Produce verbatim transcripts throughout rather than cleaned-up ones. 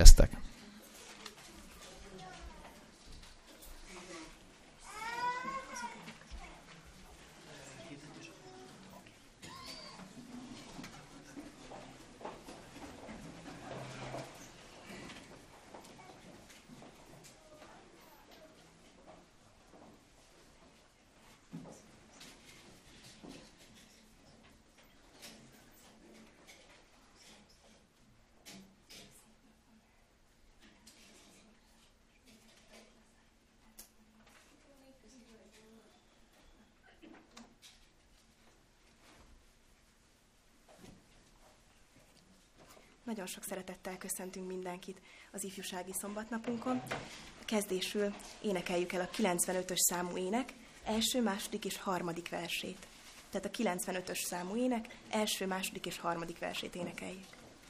emlékeztek. Nagyon sok szeretettel köszöntünk mindenkit az ifjúsági szombatnapunkon. Kezdésül énekeljük el a kilencvenötös számú ének első, második és harmadik versét. Tehát a kilencvenötös számú ének első, második és harmadik versét énekeljük.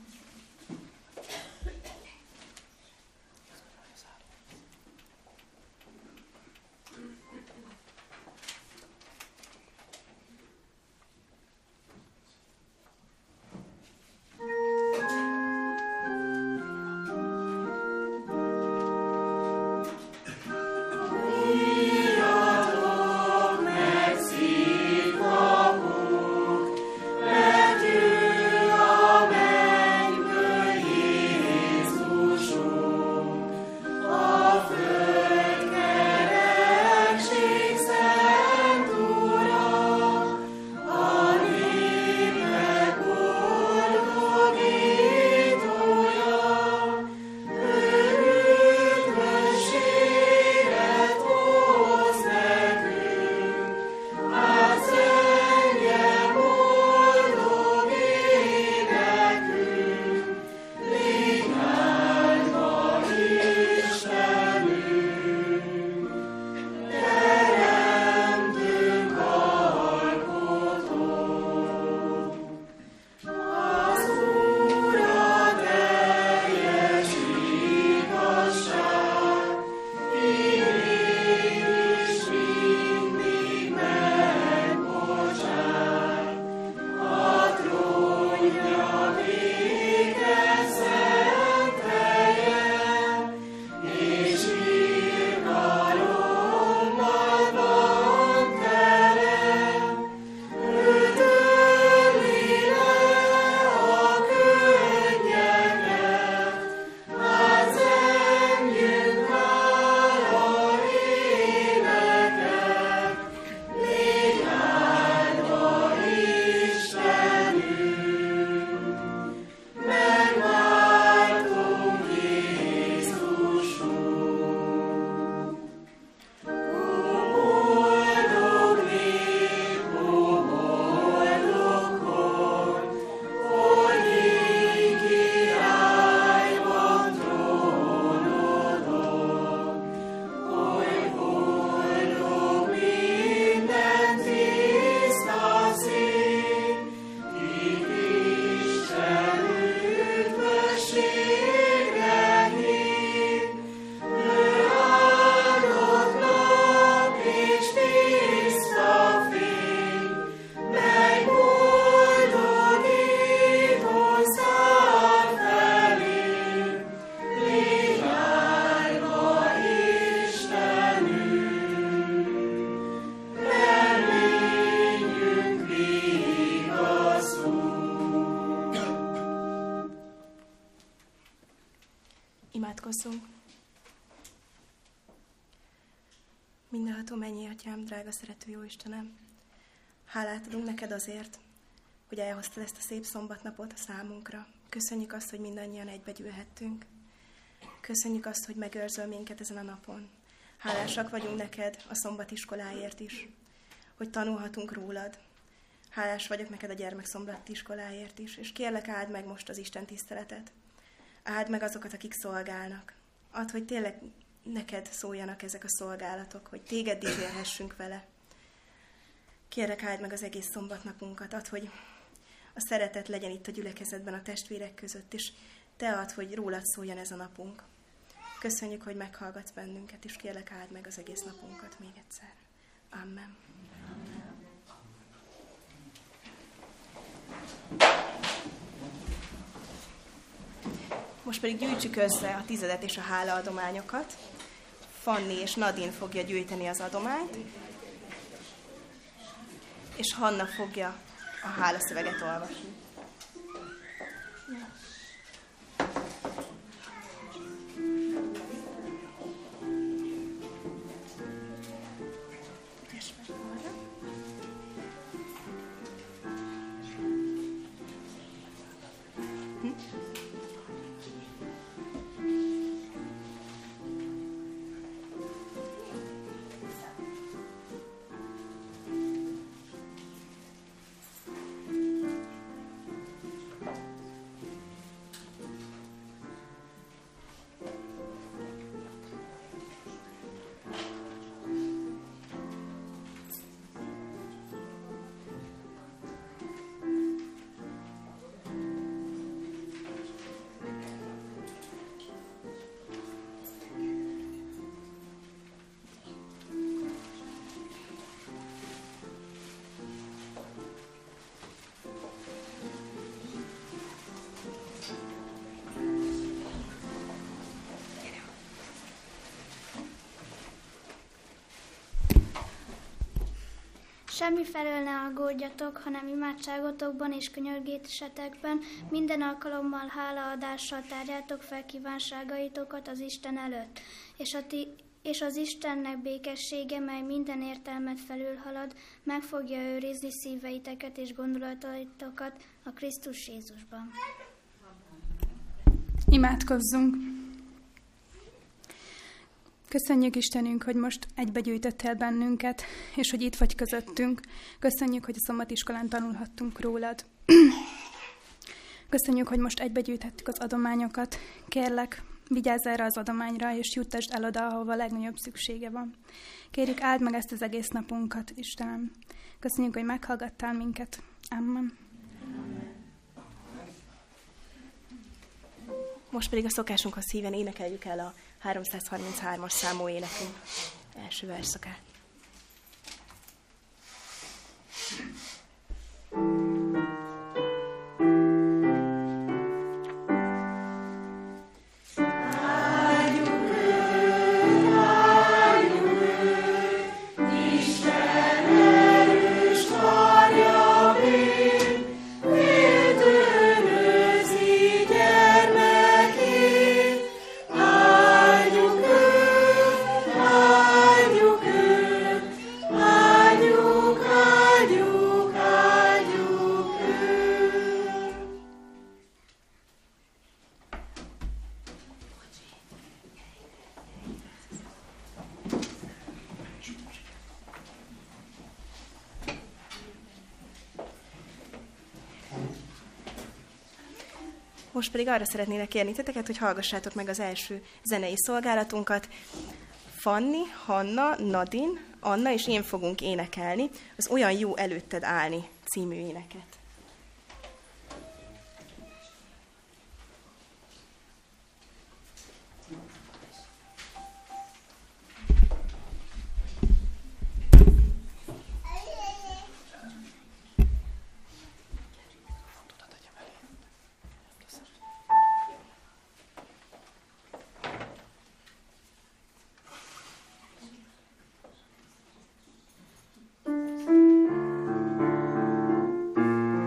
Imádkozzunk. Mindenható mennyi Atyám, drága szerető jó Istenem, hálát adunk neked azért, hogy elhoztad ezt a szép szombatnapot a számunkra. Köszönjük azt, hogy mindannyian egybegyűlhettünk. Köszönjük azt, hogy megőrzöl minket ezen a napon. Hálásak vagyunk neked a szombatiskoláért is, hogy tanulhatunk rólad. Hálás vagyok neked a gyermekszombatiskoláért is, és kérlek, áld meg most az Isten tiszteletet. Áld meg azokat, akik szolgálnak. Add, hogy tényleg neked szóljanak ezek a szolgálatok, hogy téged dicsérhessünk vele. Kérlek, áld meg az egész szombatnapunkat. Add, hogy a szeretet legyen itt a gyülekezetben a testvérek között, és te add, hogy rólad szóljon ez a napunk. Köszönjük, hogy meghallgatsz bennünket, és kérlek, áld meg az egész napunkat még egyszer. Amen. Most pedig gyűjtsük össze a tizedet és a hálaadományokat. Fanni és Nadine fogja gyűjteni az adományt, és Hanna fogja a hálaszöveget olvasni. Semmifelől ne aggódjatok, hanem imádságotokban és könyörgésetekben minden alkalommal hálaadással tárjátok fel kívánságaitokat az Isten előtt, és, a ti, és az Istennek békessége, mely minden értelmet felülhalad, meg fogja őrizni szíveiteket és gondolataitokat a Krisztus Jézusban. Imádkozzunk! Köszönjük, Istenünk, hogy most egybegyűjtöttél bennünket, és hogy itt vagy közöttünk. Köszönjük, hogy a szombatiskolán tanulhattunk rólad. Köszönjük, hogy most egybegyűjtettük az adományokat. Kérlek, vigyázz erre az adományra, és juttasd el oda, ahova a legnagyobb szüksége van. Kérjük, áld meg ezt az egész napunkat, Istenem. Köszönjük, hogy meghallgattál minket. Amen. Most pedig a szokásunkhoz híven énekeljük el a háromszázharminchármas számú énekünk első versszakát. Most pedig arra szeretnélek kérni titeket, hogy hallgassátok meg az első zenei szolgálatunkat. Fanni, Hanna, Nadine, Anna és én fogunk énekelni az Olyan jó előtted állni című éneket. Thank you.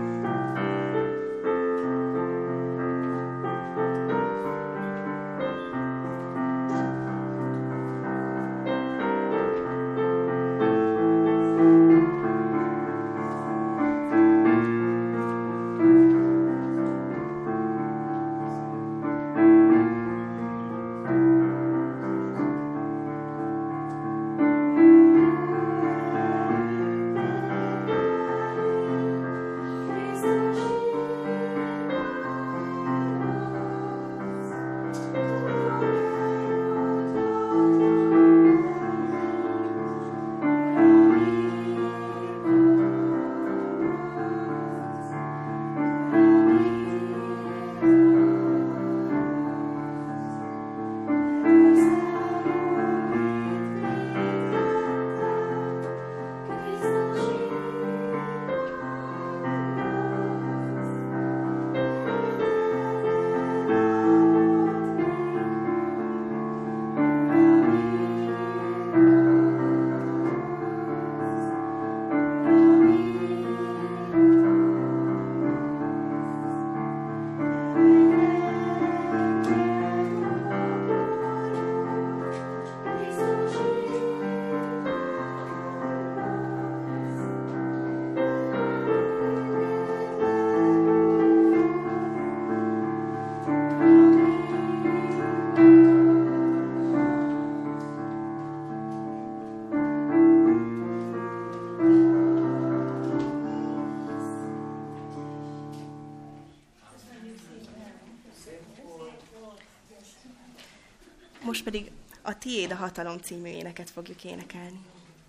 Most pedig a Tiéd a hatalom című éneket fogjuk énekelni.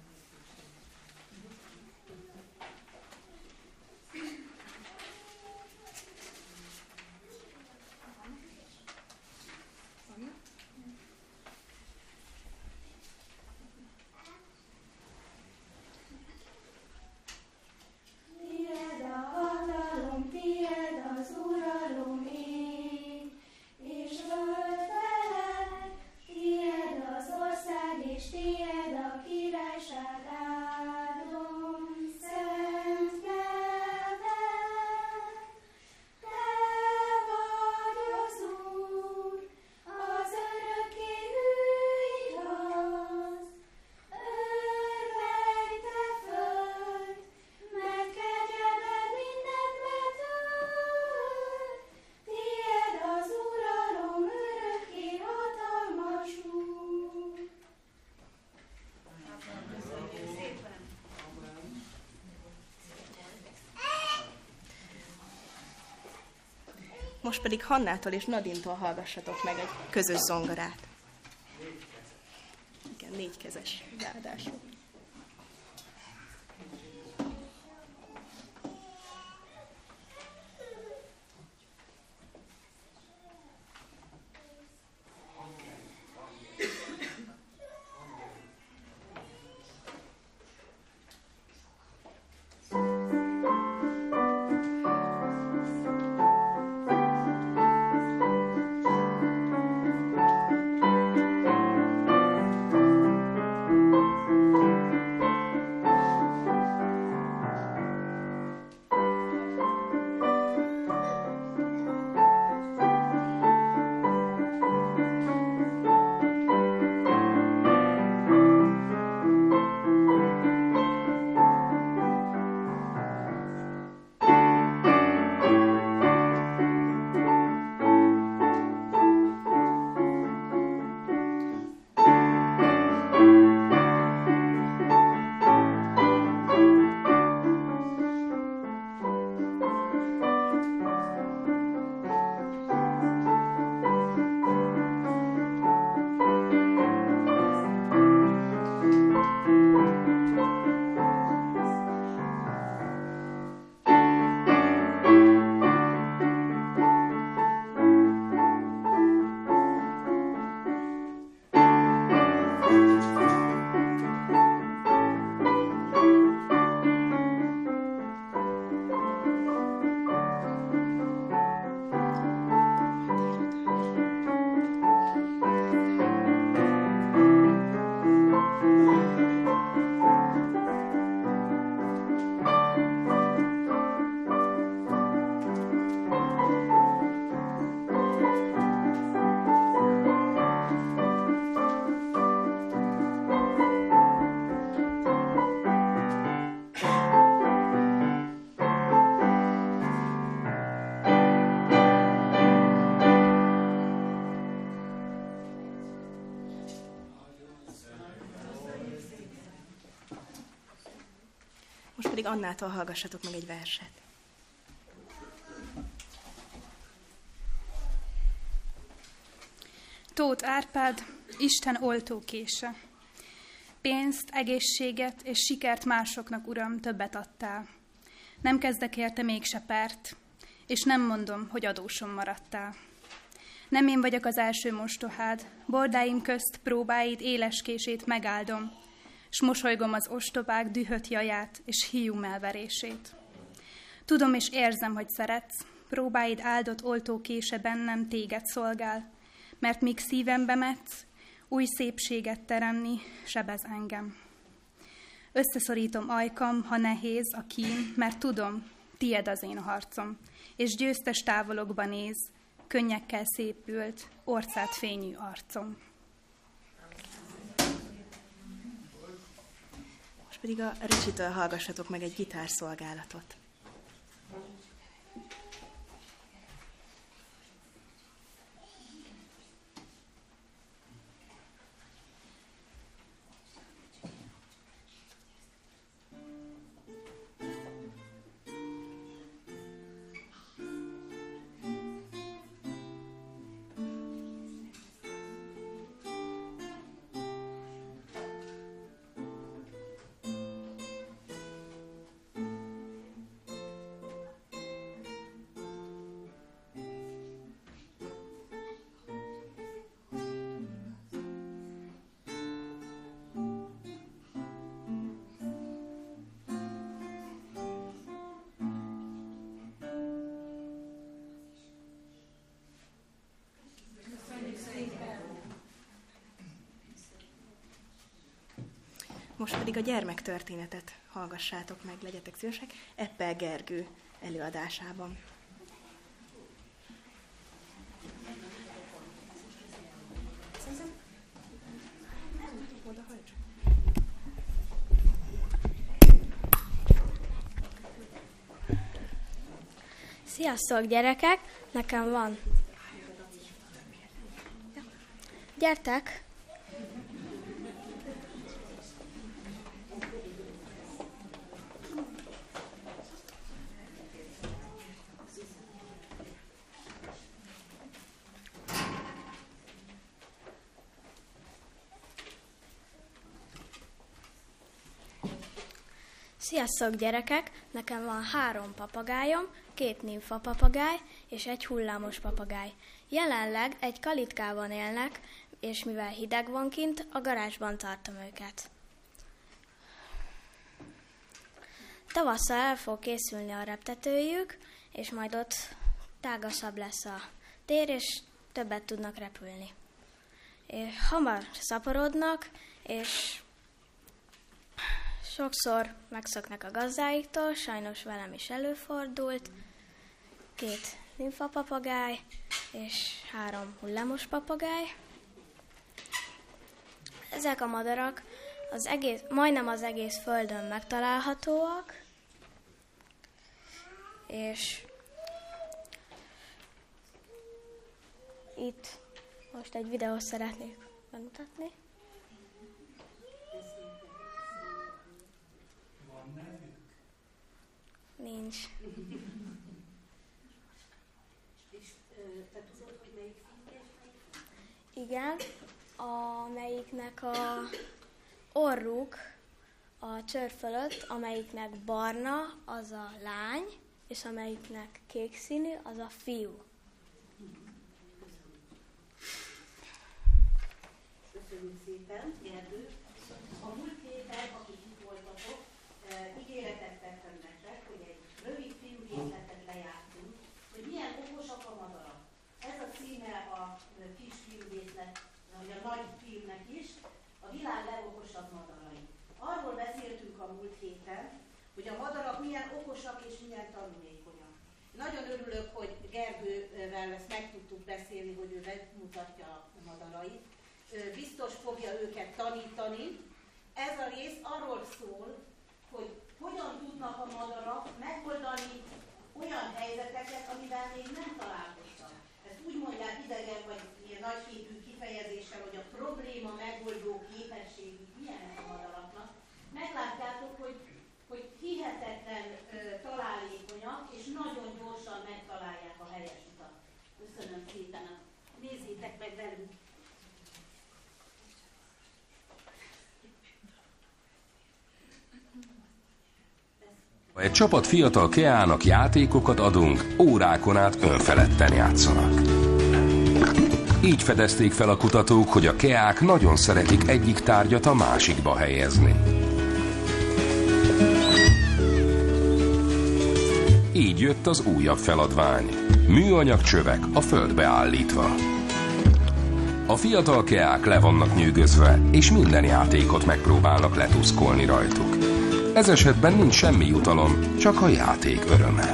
Most pedig Hannától és Nadintól hallgassatok meg egy közös zongorát. Igen, négykezes ráadásul. Most pedig Annától hallgassatok meg egy verset. Tóth Árpád, Isten oltókése. Pénzt, egészséget és sikert másoknak, Uram, többet adtál. Nem kezdek érte mégse pert, és nem mondom, hogy adósom maradtál. Nem én vagyok az első mostohád, bordáim közt próbáid éleskését megáldom, s mosolygom az ostobák dühött jaját és hiú melverését. Tudom és érzem, hogy szeretsz, próbáid áldott oltókése bennem téged szolgál, mert míg szívembe metsz, új szépséget teremni sebez engem. Összeszorítom ajkam, ha nehéz a kín, mert tudom, tied az én harcom, és győztes távolokba néz, könnyekkel szépült, orcát fényű arcom. Most pedig a Ricsitől hallgassatok meg egy gitárszolgálatot. Most pedig a gyermektörténetet hallgassátok meg, legyetek szívesek, Eppel Gergő előadásában. Sziasztok, gyerekek! Nekem van. Gyertek! Sziasztok, gyerekek! Nekem van három papagájom, két nimfa papagáj és egy hullámos papagáj. Jelenleg egy kalitkában élnek, és mivel hideg van kint, a garázsban tartom őket. Tavasszal el fog készülni a reptetőjük, és majd ott tágasabb lesz a tér, és többet tudnak repülni. És hamar szaporodnak, és sokszor megszoknak a gazdáiktól, sajnos velem is előfordult. Két nimfa papagáj és három hullámos papagáj. Ezek a madarak az egész, majdnem az egész földön megtalálhatóak, és itt most egy videót szeretnék bemutatni. Nincs. Igen, amelyiknek a orruk a csőr fölött, amelyiknek barna, az a lány, és amelyiknek kék színű, az a fiú. Köszönjük szépen, Gergő. A múlt héten, akik itt voltatok, ígéretet tettem nektek, hogy egy rövid filmkészletet lejátszunk, hogy milyen okosak a madarak. Ez a címe a kis filmkészlet, vagy a nagy filmnek is, a világ legokosabb madarai. Arról beszéltünk a múlt héten, hogy a madarak milyen okosak és milyen tanulékonyak. Nagyon örülök, hogy Gergővel ezt meg tudtuk beszélni, hogy ő bemutatja a madarait. Biztos fogja őket tanítani. Ez a rész arról szól, hogy hogyan tudnak a madarak megoldani olyan helyzeteket, amivel még nem találkoztak. Ezt úgy mondják idegen vagy ilyen nagyképű kifejezéssel, hogy a probléma megoldó képességük milyen a madaraknak. Meglátjátok, hogy, hogy hihetetlen ö, találékonyak, és nagyon gyorsan megtalálják a helyes utat. Köszönöm szépen, nézzétek meg velünk! Egy csapat fiatal keának játékokat adunk, órákon át önfeledten játszanak. Így fedezték fel a kutatók, hogy a keák nagyon szeretik egyik tárgyat a másikba helyezni. Így jött az újabb feladvány. Műanyag csövek a földbe állítva. A fiatal keák le vannak nyűgözve, és minden játékot megpróbálnak letuszkolni rajtuk. Ez esetben nincs semmi jutalom, csak a játék öröme.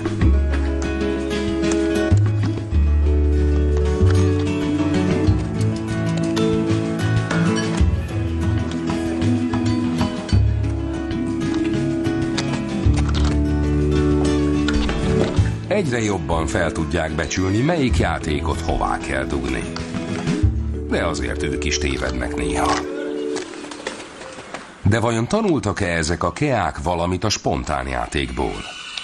Egyre jobban fel tudják becsülni, melyik játékot hová kell dugni. De azért ők is tévednek néha. De vajon tanultak-e ezek a keák valamit a spontán játékból?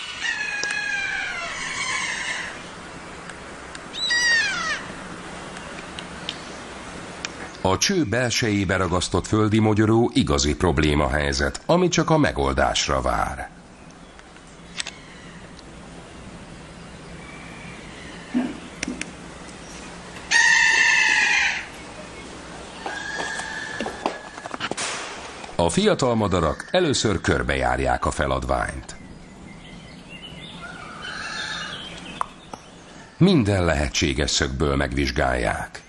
A cső belsejébe ragasztott földi mogyoró igazi problémahelyzet, ami csak a megoldásra vár. A fiatal madarak először körbejárják a feladványt. Minden lehetséges szögből megvizsgálják.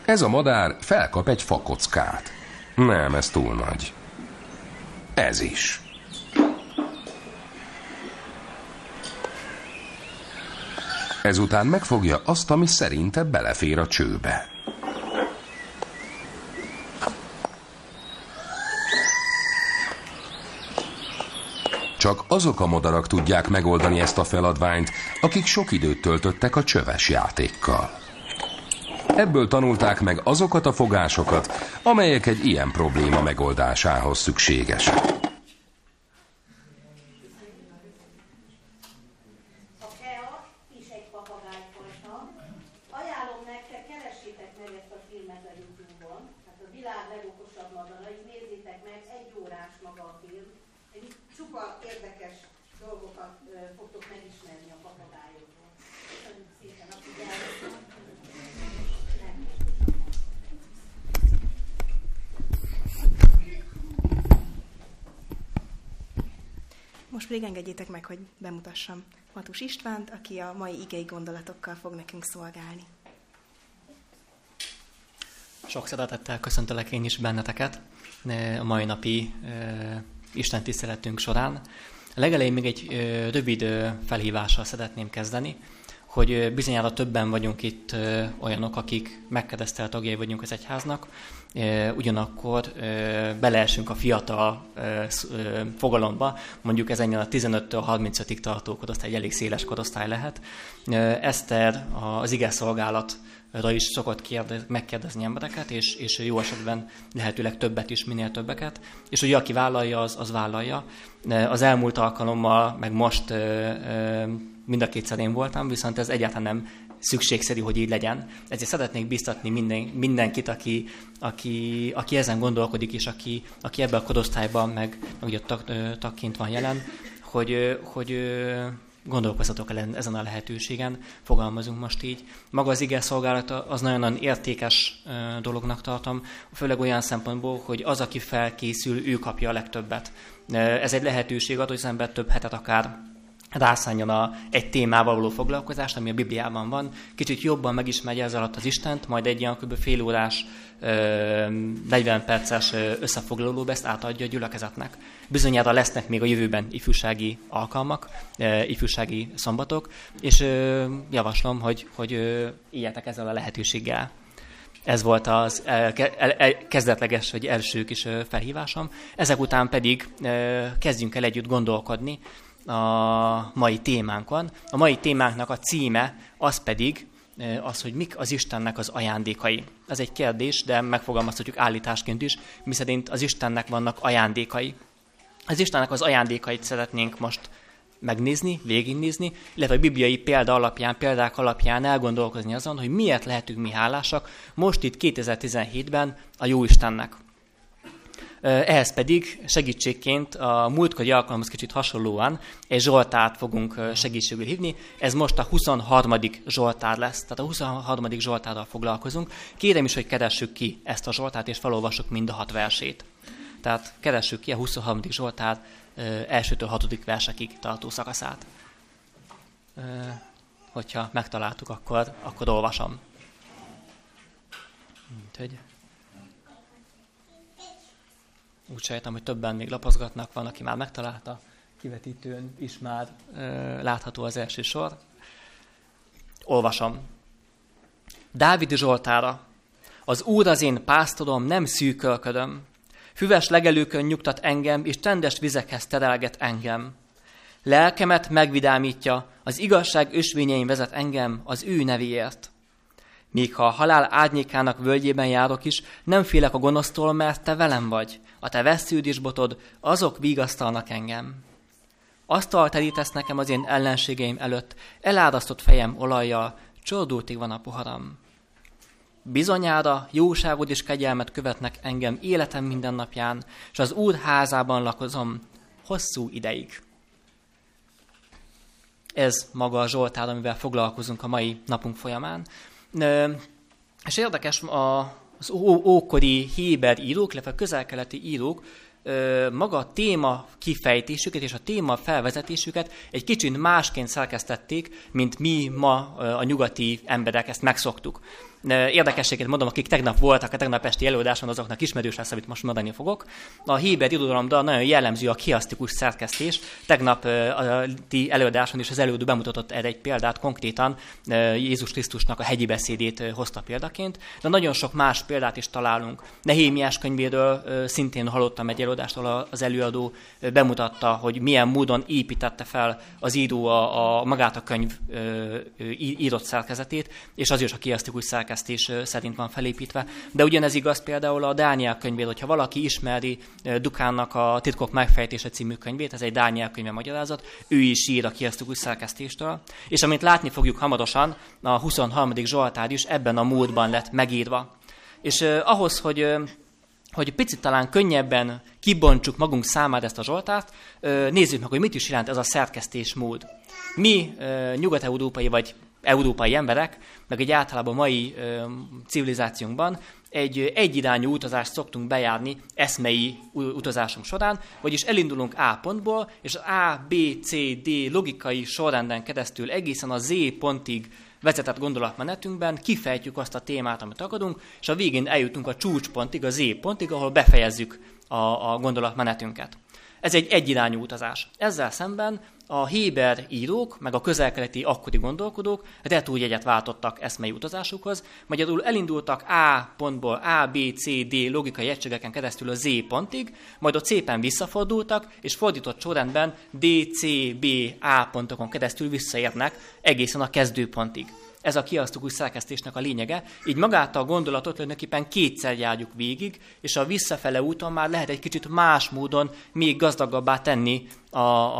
Ez a madár felkap egy fakockát. Nem, ez túl nagy. Ez is. Ezután megfogja azt, ami szerinte belefér a csőbe. Csak azok a madarak tudják megoldani ezt a feladványt, akik sok időt töltöttek a csöves játékkal. Ebből tanulták meg azokat a fogásokat, amelyek egy ilyen probléma megoldásához szükségesek. A kea is egy papagájfajta. Ajánlom nektek, keressétek meg ezt a filmet a YouTube-on. Hát a világ legokosabb madarai, nézzétek meg, egy órás maga a film. Egy csupa érdekes dolgokat ö, fogtok megismerni a papagájokról. Köszönjük szépen a figyelmet! Most pedig engedjétek meg, hogy bemutassam Matus Istvánt, aki a mai igei gondolatokkal fog nekünk szolgálni. Sok szeretettel köszöntelek én is benneteket a mai napi e, Isten tiszteletünk során. Legelején még egy e, rövid e, felhívással szeretném kezdeni, hogy e, bizonyára többen vagyunk itt e, olyanok, akik megkeresztelt tagjai vagyunk az egyháznak, e, ugyanakkor e, beleesünk a fiatal e, e, fogalomba, mondjuk ez ennél a tizenöttől harmincötig tartó korosztály, egy elég széles korosztály lehet. E, Eszter az igeszolgálat is szokott kérdez, megkérdezni embereket, és, és jó esetben lehetőleg többet is, minél többeket. És ugye aki vállalja, az, az vállalja. Az elmúlt alkalommal, meg most mind a kétszer én voltam, viszont ez egyáltalán nem szükségszerű, hogy így legyen. Ezért szeretnék biztatni minden, mindenkit, aki, aki, aki ezen gondolkodik, és aki, aki ebben a korosztályban meg, meg ugye tag, tagként van jelen, hogy, hogy gondolkozzatok el ezen a lehetőségen, fogalmazunk most így. Maga az ige szolgálata az nagyon-nagyon értékes dolognak tartom, főleg olyan szempontból, hogy az, aki felkészül, ő kapja a legtöbbet. Ez egy lehetőség ad, hogy az ember több hetet akár rászánjon a, egy témával való foglalkozást, ami a Bibliában van, kicsit jobban megismerje ez alatt az Istent, majd egy ilyen kb. Fél órás, negyven perces összefoglalóba ezt átadja a gyülekezetnek. Bizonyára lesznek még a jövőben ifjúsági alkalmak, ifjúsági szombatok, és javaslom, hogy, hogy éljetek ezzel a lehetőséggel. Ez volt az kezdetleges, vagy első kis felhívásom. Ezek után pedig kezdjünk el együtt gondolkodni a mai témánkon. A mai témánknak a címe az pedig az, hogy mik az Istennek az ajándékai. Ez egy kérdés, de megfogalmazhatjuk állításként is, miszerint az Istennek vannak ajándékai. Az Istennek az ajándékait szeretnénk most megnézni, végignézni, illetve a bibliai példa alapján, példák alapján elgondolkozni azon, hogy miért lehetünk mi hálásak most itt kétezer-tizenhétben a Jóistennek. Ehhez pedig segítségként a múltkori alkalomhoz kicsit hasonlóan egy zsoltárt fogunk segítségül hívni. Ez most a huszonharmadik zsoltár lesz, tehát a huszonharmadik zsoltárral foglalkozunk. Kérem is, hogy keressük ki ezt a zsoltárt, és felolvassuk mind a hat versét. Tehát keressük ki a huszonharmadik zsoltár elsőtől hatodik versekig tartó szakaszát. Hogyha megtaláltuk, akkor, akkor olvasom. Mint hogy... Úgy sejtem, hogy többen még lapozgatnak, van, aki már megtalálta, kivetítőn is már ö, látható az első sor. Olvasom. Dávid zsoltára. Az Úr az én pásztorom, nem szűkölködöm. Füves legelőkön nyugtat engem, és csendes vizekhez terelget engem. Lelkemet megvidámítja, az igazság ösvényein vezet engem az ő nevéért. Míg ha a halál árnyékának völgyében járok is, nem félek a gonosztól, mert te velem vagy. A te vessződ és botod, azok vigasztalnak engem. Asztalt terítesz nekem az én ellenségeim előtt, elárasztott fejem olajjal, csordultig van a poharam. Bizonyára jóságod és kegyelmet követnek engem életem minden napján, és az Úr házában lakozom hosszú ideig. Ez maga a zsoltár, amivel foglalkozunk a mai napunk folyamán. És érdekes, az ókori héber írók, illetve a közel-keleti írók maga a téma kifejtésüket és a téma felvezetésüket egy kicsit másként szerkesztették, mint mi ma a nyugati emberek ezt megszoktuk. Érdekességet mondom, akik tegnap voltak a tegnap esti előadáson, azoknak ismerős lesz, amit most mondani fogok. A héber irodalomban nagyon jellemző a chiasztikus szerkesztés. Tegnap a ti előadáson is az előadó bemutatott erre egy példát, konkrétan Jézus Krisztusnak a hegyi beszédét hozta példaként, de nagyon sok más példát is találunk. Nehémiás könyvéről szintén hallottam egy előadást, ahol az előadó bemutatta, hogy milyen módon építette fel az író a, a magát a könyv írott szerkezetét, és az is a chiasztikus szerkesztés szerint van felépítve. De ugyanez igaz például a Dániel könyvét, hogyha valaki ismeri Dukánnak a Titkok megfejtése című könyvét, ez egy Dániel könyve magyarázat, ő is ír a chiasztikus szerkesztéstől, és amint látni fogjuk hamarosan, a huszonharmadik Zsoltár is ebben a módban lett megírva. És eh, ahhoz, hogy, eh, hogy picit talán könnyebben kibontsuk magunk számára ezt a Zsoltárt, eh, nézzük meg, hogy mit is jelent ez a szerkesztésmód. Mi eh, nyugat-európai vagy európai emberek, meg egy általában mai ö, civilizációnkban egy egyirányú utazást szoktunk bejárni eszmei utazásunk során, vagyis elindulunk A pontból, és az A, B, C, D logikai sorrenden keresztül egészen a Z pontig vezetett gondolatmenetünkben kifejtjük azt a témát, amit akarunk, és a végén eljutunk a csúcspontig, a Z pontig, ahol befejezzük a, a gondolatmenetünket. Ez egy egyirányú utazás. Ezzel szemben a héber írók, meg a közel-keleti akkori gondolkodók retúrjegyet váltottak eszmei utazásukhoz, magyarul elindultak A pontból A, B, C, D logikai egységeken keresztül a Z pontig, majd ott szépen visszafordultak, és fordított sorrendben D, C, B, A pontokon keresztül visszaérnek egészen a kezdőpontig. Ez a chiasztikus szerkesztésnek a lényege, így magát a gondolatot tulajdonképpen kétszer járjuk végig, és a visszafele úton már lehet egy kicsit más módon még gazdagabbá tenni a,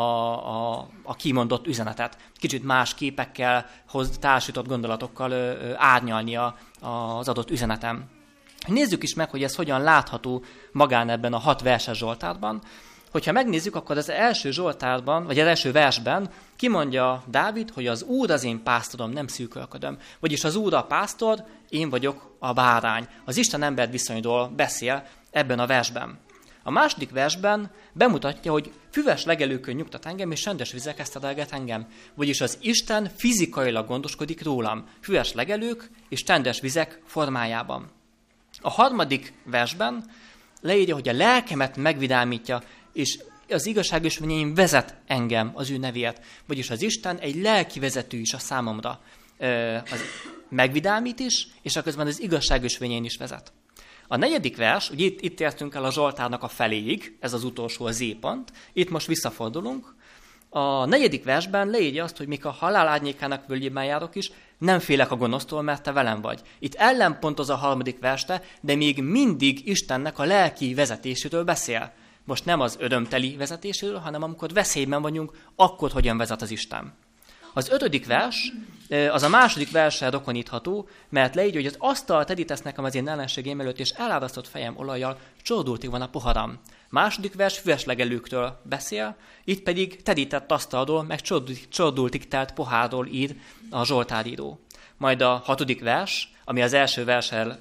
a, a, a kimondott üzenetet. Kicsit más képekkel, hoz, társított gondolatokkal ö, ö, árnyalni a, az adott üzenetem. Nézzük is meg, hogy ez hogyan látható magán ebben a hat verses Zsoltárban. Hogyha megnézzük, akkor az első Zsoltárban, vagy az első versben kimondja Dávid, hogy az Úr az én pásztorom, nem szűkölködöm. Vagyis az Úr a pásztor, én vagyok a bárány. Az Isten-ember viszonyról beszél ebben a versben. A második versben bemutatja, hogy füves legelőkön nyugtat engem, és csendes vizek esztedelget engem. Vagyis az Isten fizikailag gondoskodik rólam. Füves legelők és csendes vizek formájában. A harmadik versben leírja, hogy a lelkemet megvidámítja, és az igazságösvényeim vezet engem az ő nevéért. Vagyis az Isten egy lelki vezető is a számomra. Az megvidámít is, és közben az igazságösvényein is vezet. A negyedik vers, ugye itt, itt értünk el a Zsoltárnak a feléig, ez az utolsó a Z pont, itt most visszafordulunk. A negyedik versben leírja azt, hogy mik a halál árnyékának völgyében járok is, nem félek a gonosztól, mert te velem vagy. Itt ellenpontoz a harmadik verste, de még mindig Istennek a lelki vezetéséről beszél. Most nem az örömteli vezetéséről, hanem amikor veszélyben vagyunk, akkor hogyan vezet az Isten. Az ötödik vers, az a második verssel rokonítható, mert leírja, hogy az asztal tedítesz nekem az én ellenségém előtt, és elárasztott fejem olajjal, csordultig van a poharam. Második vers füves legelőktől beszél, itt pedig tedített asztalról, meg csordultig telt pohárról ír a Zsoltáríró. Majd a hatodik vers, ami az első verssel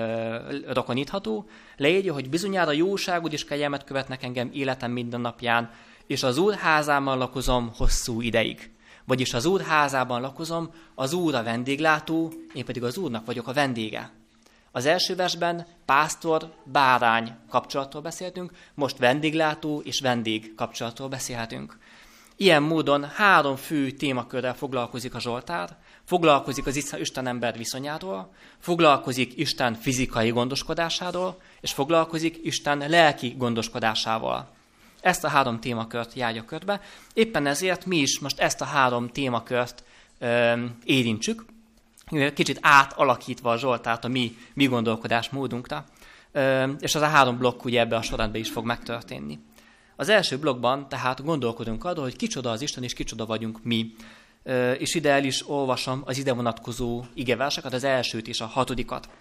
ö, rokonítható, leírja, hogy bizonyára jóságod és kegyelmet követnek engem életem minden napján, és az Úr házában lakozom hosszú ideig. Vagyis az Úr házában lakozom, az Úr a vendéglátó, én pedig az Úrnak vagyok a vendége. Az első versben pásztor, bárány kapcsolatról beszéltünk, most vendéglátó és vendég kapcsolatról beszélhetünk. Ilyen módon három fő témakörrel foglalkozik a Zsoltár, foglalkozik az Isten-ember viszonyáról, foglalkozik Isten fizikai gondoskodásáról, és foglalkozik Isten lelki gondoskodásával. Ezt a három témakört járja körbe, éppen ezért mi is most ezt a három témakört ö, érintsük, kicsit átalakítva a Zsoltárt a mi, mi gondolkodásmódunkra, ö, és az a három blokk ugye ebbe a sorrendben is fog megtörténni. Az első blokkban tehát gondolkodunk arról, hogy kicsoda az Isten és kicsoda vagyunk mi. Ö, és ide el is olvasom az ide vonatkozó igeverseket, az elsőt és a hatodikat.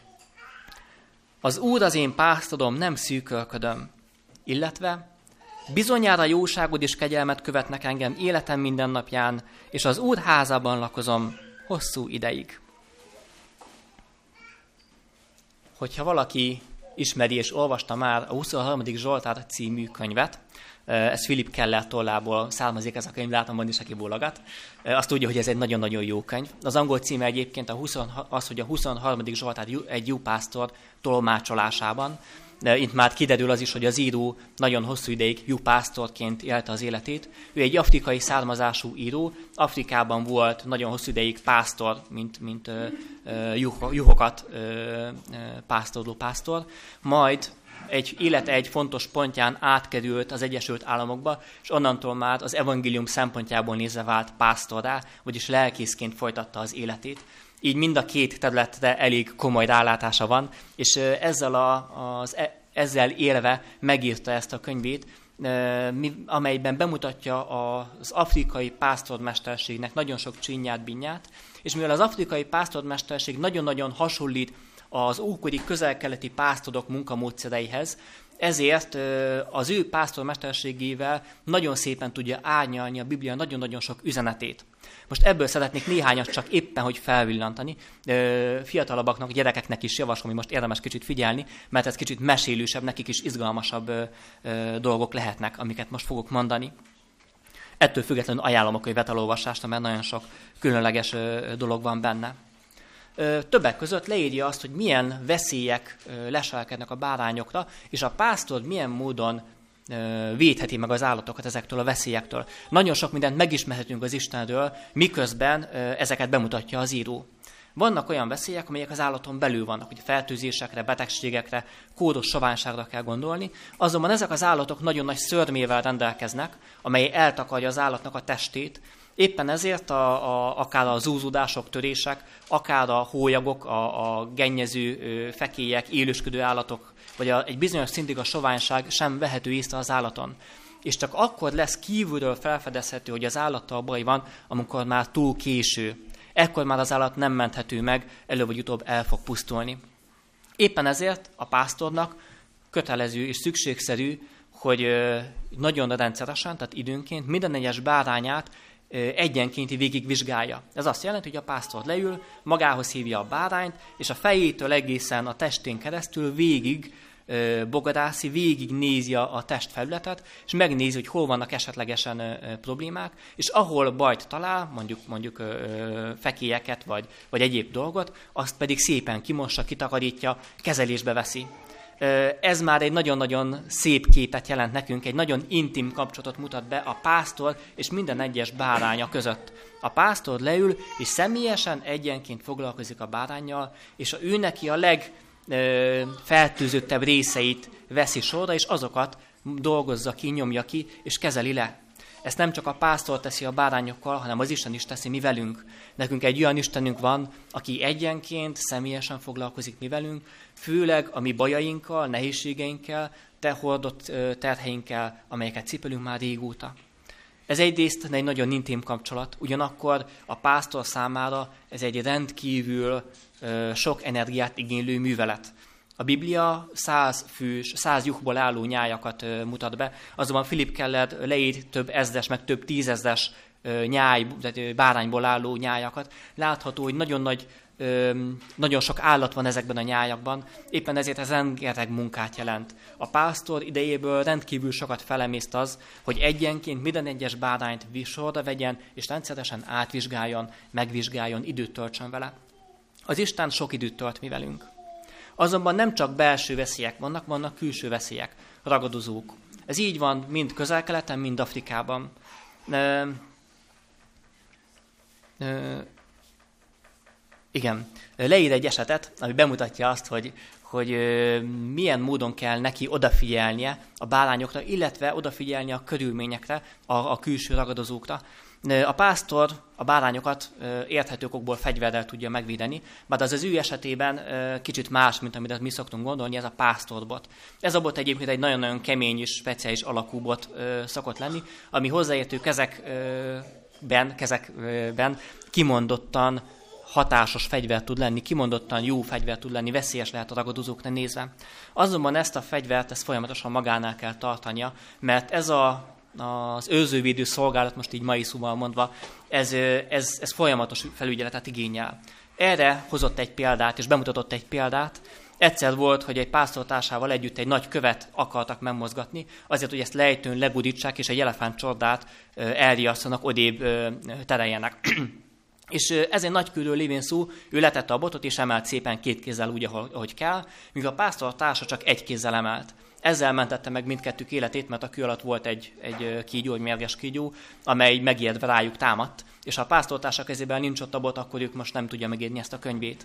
Az Úr az én pásztorom, nem szűkölködöm, illetve bizonyára jóságod és kegyelmet követnek engem életem minden napján, és az Úr házában lakozom hosszú ideig. Hogyha valaki ismeri és olvasta már a huszonharmadik Zsoltár című könyvet, ez Philip Keller tollából származik ez a könyv, látom van is, aki bólogat. Azt tudja, hogy ez egy nagyon-nagyon jó könyv. Az angol címe egyébként a húsz, az, hogy a huszonharmadik Zsoltár egy jó pásztor tolmácsolásában. Itt már kiderül az is, hogy az író nagyon hosszú ideig jó pásztorként élte az életét. Ő egy afrikai származású író, Afrikában volt nagyon hosszú ideig pásztor, mint, mint uh, uh, juh, juhokat uh, uh, pásztorló pásztor, majd egy élete egy fontos pontján átkerült az Egyesült Államokba, és onnantól már az evangélium szempontjából nézve vált pásztorrá, vagyis lelkészként folytatta az életét. Így mind a két területre elég komoly rálátása van, és ezzel, a, az, ezzel élve megírta ezt a könyvét, amelyben bemutatja az afrikai pásztormesterségnek nagyon sok csinyát, binyát, és mivel az afrikai pásztormesterség nagyon-nagyon hasonlít az ókori közel-keleti pásztorok munkamódszereihez, ezért az ő pásztormesterségével nagyon szépen tudja árnyalni a Biblia nagyon-nagyon sok üzenetét. Most ebből szeretnék néhányat csak éppen, hogy felvillantani. Fiatalabbaknak, gyerekeknek is javaslom, hogy most érdemes kicsit figyelni, mert ez kicsit mesélősebb, nekik is izgalmasabb dolgok lehetnek, amiket most fogok mondani. Ettől függetlenül ajánlom a könyvet elolvasásra, mert nagyon sok különleges dolog van benne. Többek között leírja azt, hogy milyen veszélyek leselkednek a bárányokra, és a pásztor milyen módon védheti meg az állatokat ezektől a veszélyektől. Nagyon sok mindent megismerhetünk az Istenről, miközben ezeket bemutatja az író. Vannak olyan veszélyek, amelyek az állaton belül vannak, hogy fertőzésekre, betegségekre, kóros soványságra kell gondolni, azonban ezek az állatok nagyon nagy szörmével rendelkeznek, amely eltakarja az állatnak a testét. Éppen ezért a, a, akár a zúzódások, törések, akár a hólyagok, a, a gennyező fekélyek, élősködő állatok, vagy a, egy bizonyos szintig a soványság sem vehető észre az állaton. És csak akkor lesz kívülről felfedezhető, hogy az állattal baj van, amikor már túl késő. Ekkor már az állat nem menthető meg, előbb vagy utóbb el fog pusztulni. Éppen ezért a pásztornak kötelező és szükségszerű, hogy nagyon rendszeresen, tehát időnként minden egyes bárányát egyenkénti végigvizsgálja. Ez azt jelenti, hogy a pásztor leül, magához hívja a bárányt, és a fejétől egészen a testén keresztül végig bogadászi, végig nézi a testfelületet, és megnézi, hogy hol vannak esetlegesen problémák, és ahol bajt talál, mondjuk, mondjuk fekélyeket, vagy, vagy egyéb dolgot, azt pedig szépen kimossa, kitakarítja, kezelésbe veszi. Ez már egy nagyon-nagyon szép képet jelent nekünk, egy nagyon intim kapcsolatot mutat be a pásztor és minden egyes báránya között. A pásztor leül, és személyesen egyenként foglalkozik a báránnyal, és ő neki a legfertőzöttebb részeit veszi sorra, és azokat dolgozza ki, nyomja ki, és kezeli le. Ezt nem csak a pásztor teszi a bárányokkal, hanem az Isten is teszi mi velünk. Nekünk egy olyan Istenünk van, aki egyenként személyesen foglalkozik mi velünk, főleg a mi bajainkkal, nehézségeinkkel, te hordott terheinkkel, amelyeket cipelünk már régóta. Ez egyrészt egy nagyon intim kapcsolat, ugyanakkor a pásztor számára ez egy rendkívül sok energiát igénylő művelet. A Biblia száz fős, száz juhból álló nyájakat mutat be, azonban Philip Keller leír több ezres, meg több tízezres nyáj, bárányból álló nyájakat. Látható, hogy nagyon nagy, nagyon sok állat van ezekben a nyájakban, éppen ezért ez rengeteg munkát jelent. A pásztor idejéből rendkívül sokat felemészt az, hogy egyenként minden egyes bárányt sorra vegyen, és rendszeresen átvizsgáljon, megvizsgáljon, időt töltsön vele. Az Isten sok időt tölt mi velünk. Azonban nem csak belső veszélyek vannak, vannak külső veszélyek, ragadozók. Ez így van mind Közel-Keleten, mind Afrikában. E, e, igen, leír egy esetet, ami bemutatja azt, hogy, hogy e, milyen módon kell neki odafigyelnie a bárányokra, illetve odafigyelnie a körülményekre, a, a külső ragadozókra. A pásztor a bárányokat érthető okokból fegyverrel tudja megvédeni, bár az az ő esetében kicsit más, mint amit mi szoktunk gondolni, ez a pásztorbot. Ez a bot egyébként egy nagyon-nagyon kemény és speciális alakú bot szokott lenni, ami hozzáértő kezekben, kezekben kimondottan hatásos fegyver tud lenni, kimondottan jó fegyver tud lenni, veszélyes lehet a ragadozókra nézve. Azonban ezt a fegyvert ezt folyamatosan magánál kell tartania, mert ez a az őrzővédő szolgálat, most így mai szóval mondva, ez, ez, ez folyamatos felügyeletet igényel. Erre hozott egy példát, és bemutatott egy példát, Egyszer volt, hogy egy pásztortársával együtt egy nagy követ akartak megmozgatni, azért, hogy ezt lejtőn legudítsák, és egy elefántcsordát elriasszanak, odébb tereljenek. És ez egy nagy küldő lévén szó, ő letette a botot, és emelt szépen két kézzel úgy, ahogy kell, míg a pásztortársa csak egy kézzel emelt. Ezzel mentette meg mindkettők életét, mert a kő alatt volt egy, egy kígyó, egy mérges kígyó, amely megijedve rájuk támadt, és ha a pásztortársa kezében nincs ott a bot, akkor ők most nem tudja megírni ezt a könyvét.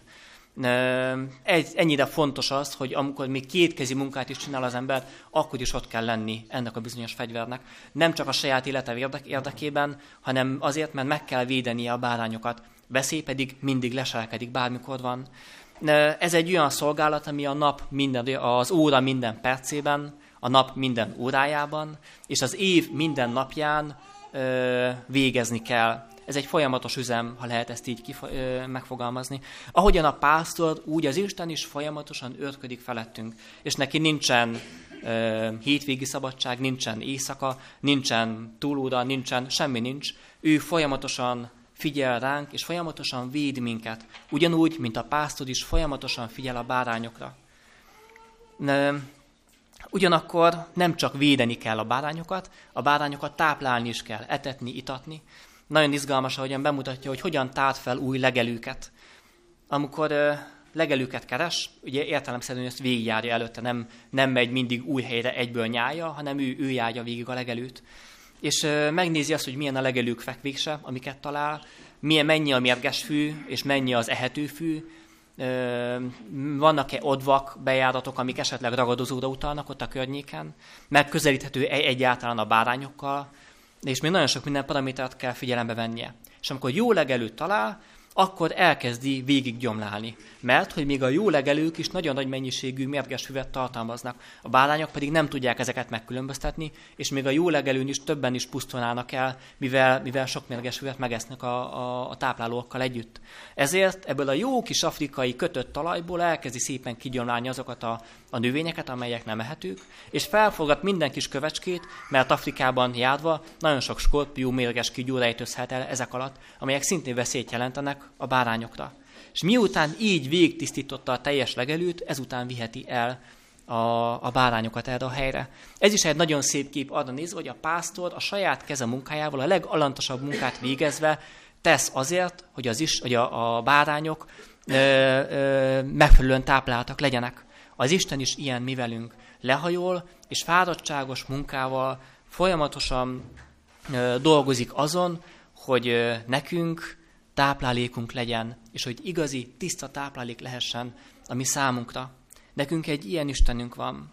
Ez, ennyire fontos az, hogy amikor még kétkezi munkát is csinál az ember, akkor is ott kell lenni ennek a bizonyos fegyvernek. Nem csak a saját élete érdekében, hanem azért, mert meg kell védenie a bárányokat. Veszély pedig mindig leselkedik, bármikor van. Ez egy olyan szolgálat, ami a nap minden, az óra minden percében, a nap minden órájában, és az év minden napján végezni kell. Ez egy folyamatos üzem, ha lehet ezt így kifo- ö, megfogalmazni. Ahogyan a pásztor, úgy az Isten is folyamatosan őrködik felettünk. És neki nincsen ö, hétvégi szabadság, nincsen éjszaka, nincsen túlóra, nincsen, semmi nincs. Ő folyamatosan figyel ránk, és folyamatosan véd minket. Ugyanúgy, mint a pásztor is folyamatosan figyel a bárányokra. Ö, ugyanakkor nem csak védeni kell a bárányokat, a bárányokat táplálni is kell, etetni, itatni. Nagyon izgalmas, ahogyan bemutatja, hogy hogyan tárt fel új legelőket. Amikor ö, legelőket keres, ugye értelemszerűen ezt végigjárja előtte, nem, nem megy mindig új helyre egyből nyálja, hanem ő, ő járja végig a legelőt. És ö, megnézi azt, hogy milyen a legelők fekvése, amiket talál, milyen, mennyi a mérges fű, és mennyi az ehető fű, ö, vannak-e odvak, bejáratok, amik esetleg ragadozóra utalnak ott a környéken, megközelíthető egyáltalán a bárányokkal, és még nagyon sok minden paramétert kell figyelembe vennie. És amikor jó legelőt talál, akkor elkezdi végig gyomlálni. Mert hogy még a jó legelők is nagyon nagy mennyiségű mérges füvet tartalmaznak. A bárányok pedig nem tudják ezeket megkülönböztetni, és még a jó legelőn is többen is pusztulnának el, mivel, mivel sok mérges füvet megesznek a, a, a táplálókkal együtt. Ezért ebből a jó kis afrikai kötött talajból elkezdi szépen kigyomlálni azokat a, a növényeket, amelyek nem ehetők, és felforgat minden kis kövecskét, mert Afrikában járva nagyon sok skorpió, mérges kígyó rejtőzhet el ezek alatt, amelyek szintén veszélyt jelentenek a bárányokra. És miután így végigtisztította a teljes legelőt, ezután viheti el a, a bárányokat erre a helyre. Ez is egy nagyon szép kép arra nézve, hogy a pásztor a saját keze munkájával a legalantasabb munkát végezve tesz azért, hogy, az is, hogy a, a bárányok ö, ö, megfelelően tápláltak legyenek. Az Isten is ilyen mi velünk. Lehajol, és fáradtságos munkával folyamatosan ö, dolgozik azon, hogy ö, nekünk táplálékunk legyen, és hogy igazi, tiszta táplálék lehessen a mi számunkra. Nekünk egy ilyen Istenünk van.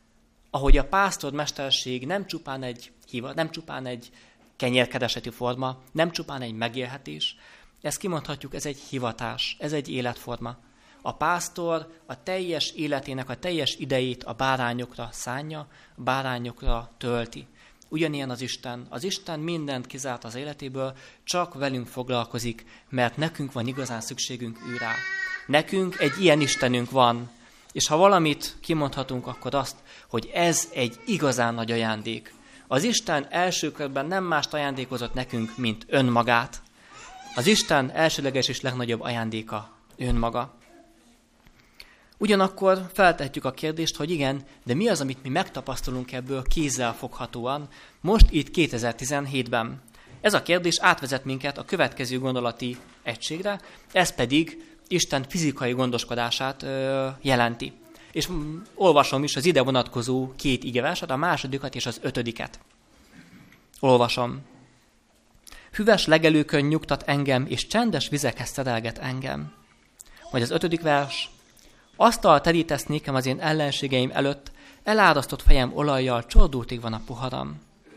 Ahogy a pásztormesterség nem csupán egy hiva, nem csupán egy kenyérkereseti forma, nem csupán egy megélhetés, ezt kimondhatjuk, ez egy hivatás, ez egy életforma. A pásztor a teljes életének a teljes idejét a bárányokra szánja, a bárányokra tölti. Ugyanilyen az Isten. Az Isten mindent kizárt az életéből, csak velünk foglalkozik, mert nekünk van igazán szükségünk ő rá. Nekünk egy ilyen Istenünk van, és ha valamit kimondhatunk, akkor azt, hogy ez egy igazán nagy ajándék. Az Isten első körben nem mást ajándékozott nekünk, mint önmagát. Az Isten elsőleges és legnagyobb ajándéka önmaga. Ugyanakkor feltehetjük a kérdést, hogy igen, de mi az, amit mi megtapasztalunk ebből kézzel foghatóan, most itt kétezer-tizenhétben. Ez a kérdés átvezet minket a következő gondolati egységre, ez pedig Isten fizikai gondoskodását ö, jelenti. És mm, olvasom is az ide vonatkozó két igeverset, a másodikat és az ötödiket. Olvasom. Hüves legelőkön nyugtat engem, és csendes vizekhez szerelget engem. Vagy az ötödik vers. Asztal terítesz nékem az én ellenségeim előtt, elárasztott fejem olajjal, csordultig van a poharam.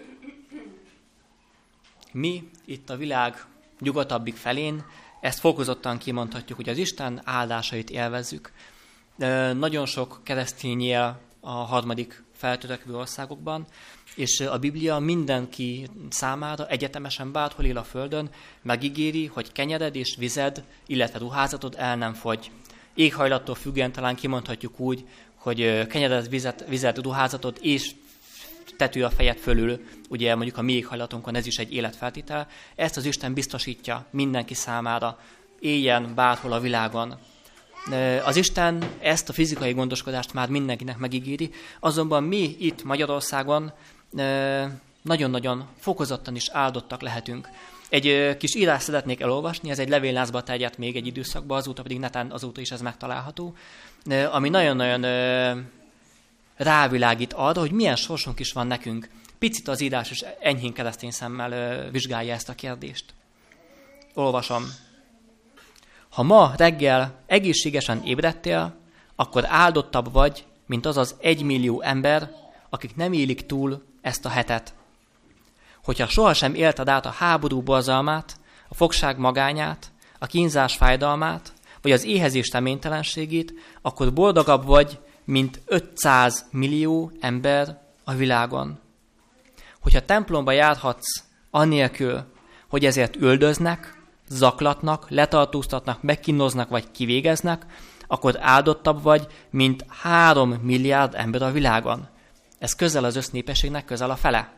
Mi itt a világ nyugatabbik felén ezt fokozottan kimondhatjuk, hogy az Isten áldásait élvezzük. De nagyon sok keresztény él a harmadik feltörekvő országokban, és a Biblia mindenki számára egyetemesen bárhol él a földön megígéri, hogy kenyered és vized, illetve ruházatod el nem fogy. Éghajlattól függően talán kimondhatjuk úgy, hogy kenyered, vizet, vizet, ruházatod és tető a fejed fölül, ugye mondjuk a mi éghajlatunkon ez is egy életfeltétel, ezt az Isten biztosítja mindenki számára, éljen bárhol a világon. Az Isten ezt a fizikai gondoskodást már mindenkinek megígéri, azonban mi itt Magyarországon nagyon-nagyon fokozottan is áldottak lehetünk. Egy kis írás szeretnék elolvasni, ez egy levéllázba terjedt még egy időszakban, azóta pedig netán azóta is ez megtalálható, ami nagyon-nagyon rávilágít arra, hogy milyen sorsunk is van nekünk. Picit az írás is enyhén keresztény szemmel vizsgálja ezt a kérdést. Olvasom. Ha ma reggel egészségesen ébredtél, akkor áldottabb vagy, mint az az egymillió ember, akik nem élik túl ezt a hetet. Hogyha sohasem élted át a háború borzalmát, a fogság magányát, a kínzás fájdalmát, vagy az éhezés reménytelenségét, akkor boldogabb vagy, mint ötszáz millió ember a világon. Hogyha templomba járhatsz annélkül, hogy ezért üldöznek, zaklatnak, letartóztatnak, megkínoznak vagy kivégeznek, akkor áldottabb vagy, mint három milliárd ember a világon. Ez közel az össznépességnek, közel a fele.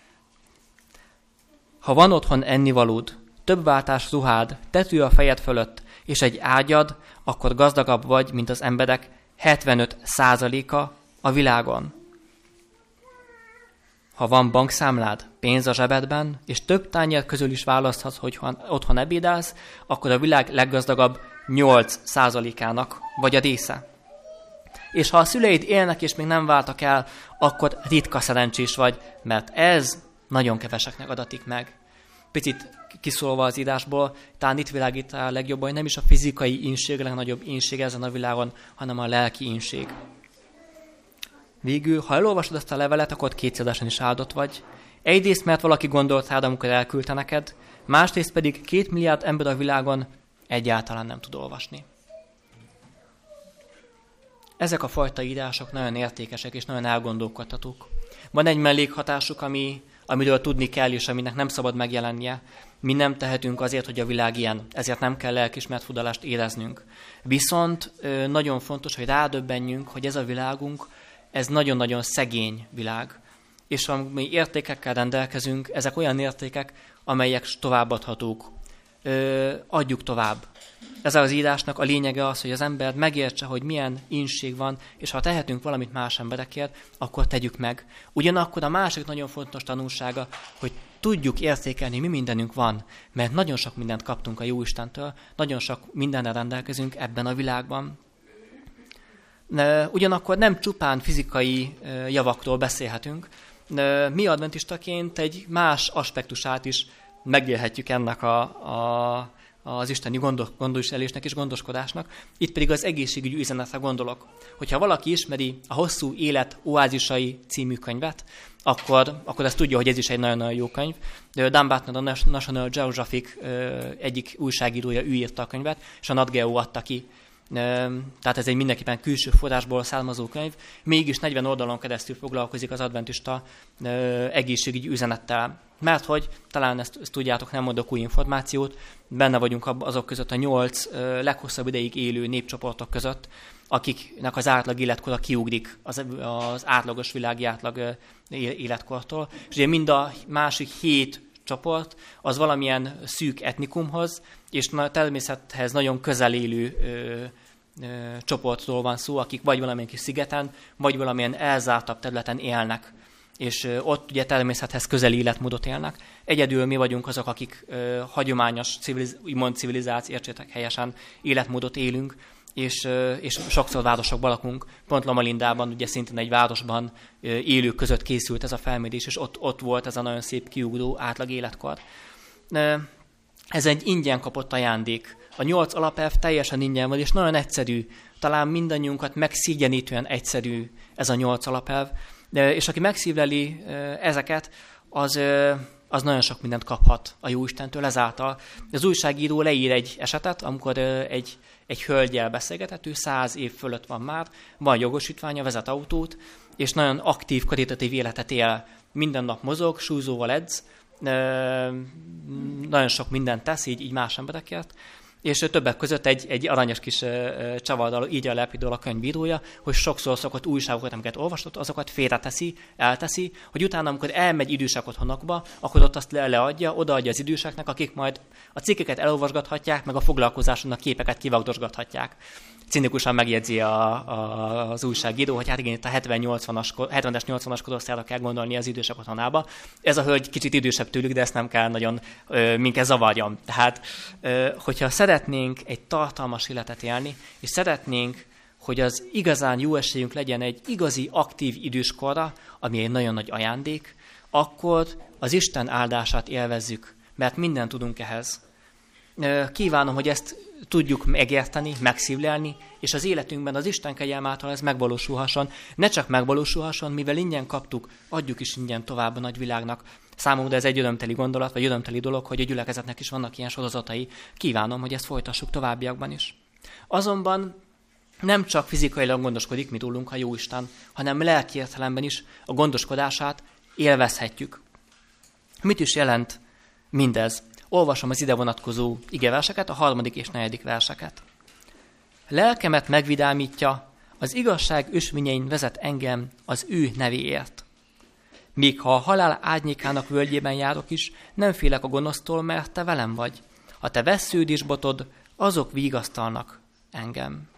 Ha van otthon ennivalód, több váltás ruhád, tető a fejed fölött és egy ágyad, akkor gazdagabb vagy, mint az emberek hetvenöt százaléka a világon. Ha van bankszámlád, pénz a zsebedben, és több tányér közül is választhatsz, hogy otthon ebédelsz, akkor a világ leggazdagabb nyolc százalékának vagy a része. És ha a szüleid élnek és még nem váltak el, akkor ritka szerencsés vagy, mert ez nagyon keveseknek adatik meg. Picit kiszólva az írásból, talán itt világít a legjobban, hogy nem is a fizikai ínség a legnagyobb ínség ezen a világon, hanem a lelki ínség. Végül, ha elolvasod ezt a levelet, akkor kétszeresen is áldott vagy. Egyrészt, mert valaki gondolt rád, amikor elküldte neked, másrészt pedig két milliárd ember a világon egyáltalán nem tud olvasni. Ezek a fajta írások nagyon értékesek és nagyon elgondolkodtatók. Van egy mellékhatásuk, ami, amiről tudni kell, és aminek nem szabad megjelennie. Mi nem tehetünk azért, hogy a világ ilyen, ezért nem kell lelkismert fudalást éreznünk. Viszont nagyon fontos, hogy rádöbbenjünk, hogy ez a világunk, ez nagyon-nagyon szegény világ. És ami értékekkel rendelkezünk, ezek olyan értékek, amelyek továbbadhatók. Ö, adjuk tovább. Ez az írásnak a lényege az, hogy az ember megértse, hogy milyen ínség van, és ha tehetünk valamit más emberekért, akkor tegyük meg. Ugyanakkor a másik nagyon fontos tanulsága, hogy tudjuk értékelni, mi mindenünk van, mert nagyon sok mindent kaptunk a Jóistentől, nagyon sok mindennel rendelkezünk ebben a világban. Ugyanakkor nem csupán fizikai javakról beszélhetünk, mi adventistaként egy más aspektusát is megélhetjük ennek a, a, az isteni gondoskodásnak és gondoskodásnak. Itt pedig az egészségügyi üzenetre gondolok. Hogyha valaki ismeri a Hosszú Élet Oázisai című könyvet, akkor, akkor ezt tudja, hogy ez is egy nagyon-nagyon jó könyv. Dunbarton, a National Geographic egyik újságírója, ő írta a könyvet, és a Nat Geo adta ki. Tehát ez egy mindenképpen külső forrásból származó könyv, mégis negyven oldalon keresztül foglalkozik az adventista egészségügyi üzenettel. Mert hogy, talán ezt, ezt tudjátok, nem mondok új információt, benne vagyunk azok között a nyolc leghosszabb ideig élő népcsoportok között, akiknek az átlag életkora kiugrik az, az átlagos világi átlag életkortól. És ugye mind a másik hét csoport az valamilyen szűk etnikumhoz, és természethez nagyon közel élő ö, ö, csoportról van szó, akik vagy valamilyen kis szigeten, vagy valamilyen elzártabb területen élnek, és ö, ott ugye természethez közeli életmódot élnek. Egyedül mi vagyunk azok, akik ö, hagyományos, civiliz, úgymond civilizáció, értsétek helyesen, életmódot élünk, és, ö, és sokszor városokban lakunk. Pont Loma Lindában, ugye szintén egy városban ö, élők között készült ez a felmérés, és ott, ott volt ez a nagyon szép kiugró átlag életkor. Ö, Ez egy ingyen kapott ajándék. A nyolc alapelv teljesen ingyen van, és nagyon egyszerű. Talán mindannyiunkat megszégyenítően egyszerű ez a nyolc alapelv. De, és aki megszívleli ezeket, az, az nagyon sok mindent kaphat a Jóistentől ezáltal. Az újságíró leír egy esetet, amikor egy, egy hölgyel beszélgetett, ő száz év fölött van már, van jogosítványa, vezet autót, és nagyon aktív, karitatív életet él. Minden nap mozog, súlyzóval edz, nagyon sok mindent tesz, így, így más emberekért, És többek között egy, egy aranyos kis csavardal írja le például a könyvírója, hogy sokszor szokott újságokat, amiket olvasott, azokat félreteszi, elteszi, hogy utána, amikor elmegy idősek otthonokba, akkor ott azt le- leadja, odaadja az időseknek, akik majd a cikkeket elolvasgathatják, meg a foglalkozáson a képeket kivagdosgathatják. Cinikusan megjegyzi a, a, az újságíró, hogy hát igen, itt a hetvenes nyolcvanas korosztályra kell gondolni az idősek otthonába. Ez a hölgy kicsit idősebb tőlük, de ezt nem kell nagyon ö, minket zavarjam. Tehát, ö, hogyha szeretnénk egy tartalmas életet élni, és szeretnénk, hogy az igazán jó esélyünk legyen egy igazi, aktív időskorra, ami egy nagyon nagy ajándék, akkor az Isten áldását élvezzük, mert mindent tudunk ehhez. Kívánom, hogy ezt tudjuk megérteni, megszívlelni, és az életünkben az Isten kegyelm által ez megvalósulhasson. Ne csak megvalósulhasson, mivel ingyen kaptuk, adjuk is ingyen tovább a nagy világnak. Számunkra ez egy örömteli gondolat, vagy örömteli dolog, hogy a gyülekezetnek is vannak ilyen sorozatai. Kívánom, hogy ezt folytassuk továbbiakban is. Azonban nem csak fizikailag gondoskodik, mi rólunk a Jóisten, hanem lelki értelemben is a gondoskodását élvezhetjük. Mit is jelent mindez? Olvasom az ide vonatkozó igeverseket, a harmadik és negyedik verseket. Lelkemet megvidámítja, az igazság ösvényein vezet engem az ő nevéért. Még ha a halál árnyékának völgyében járok is, nem félek a gonosztól, mert te velem vagy. A te vessződ és botod, azok vigasztalnak engem.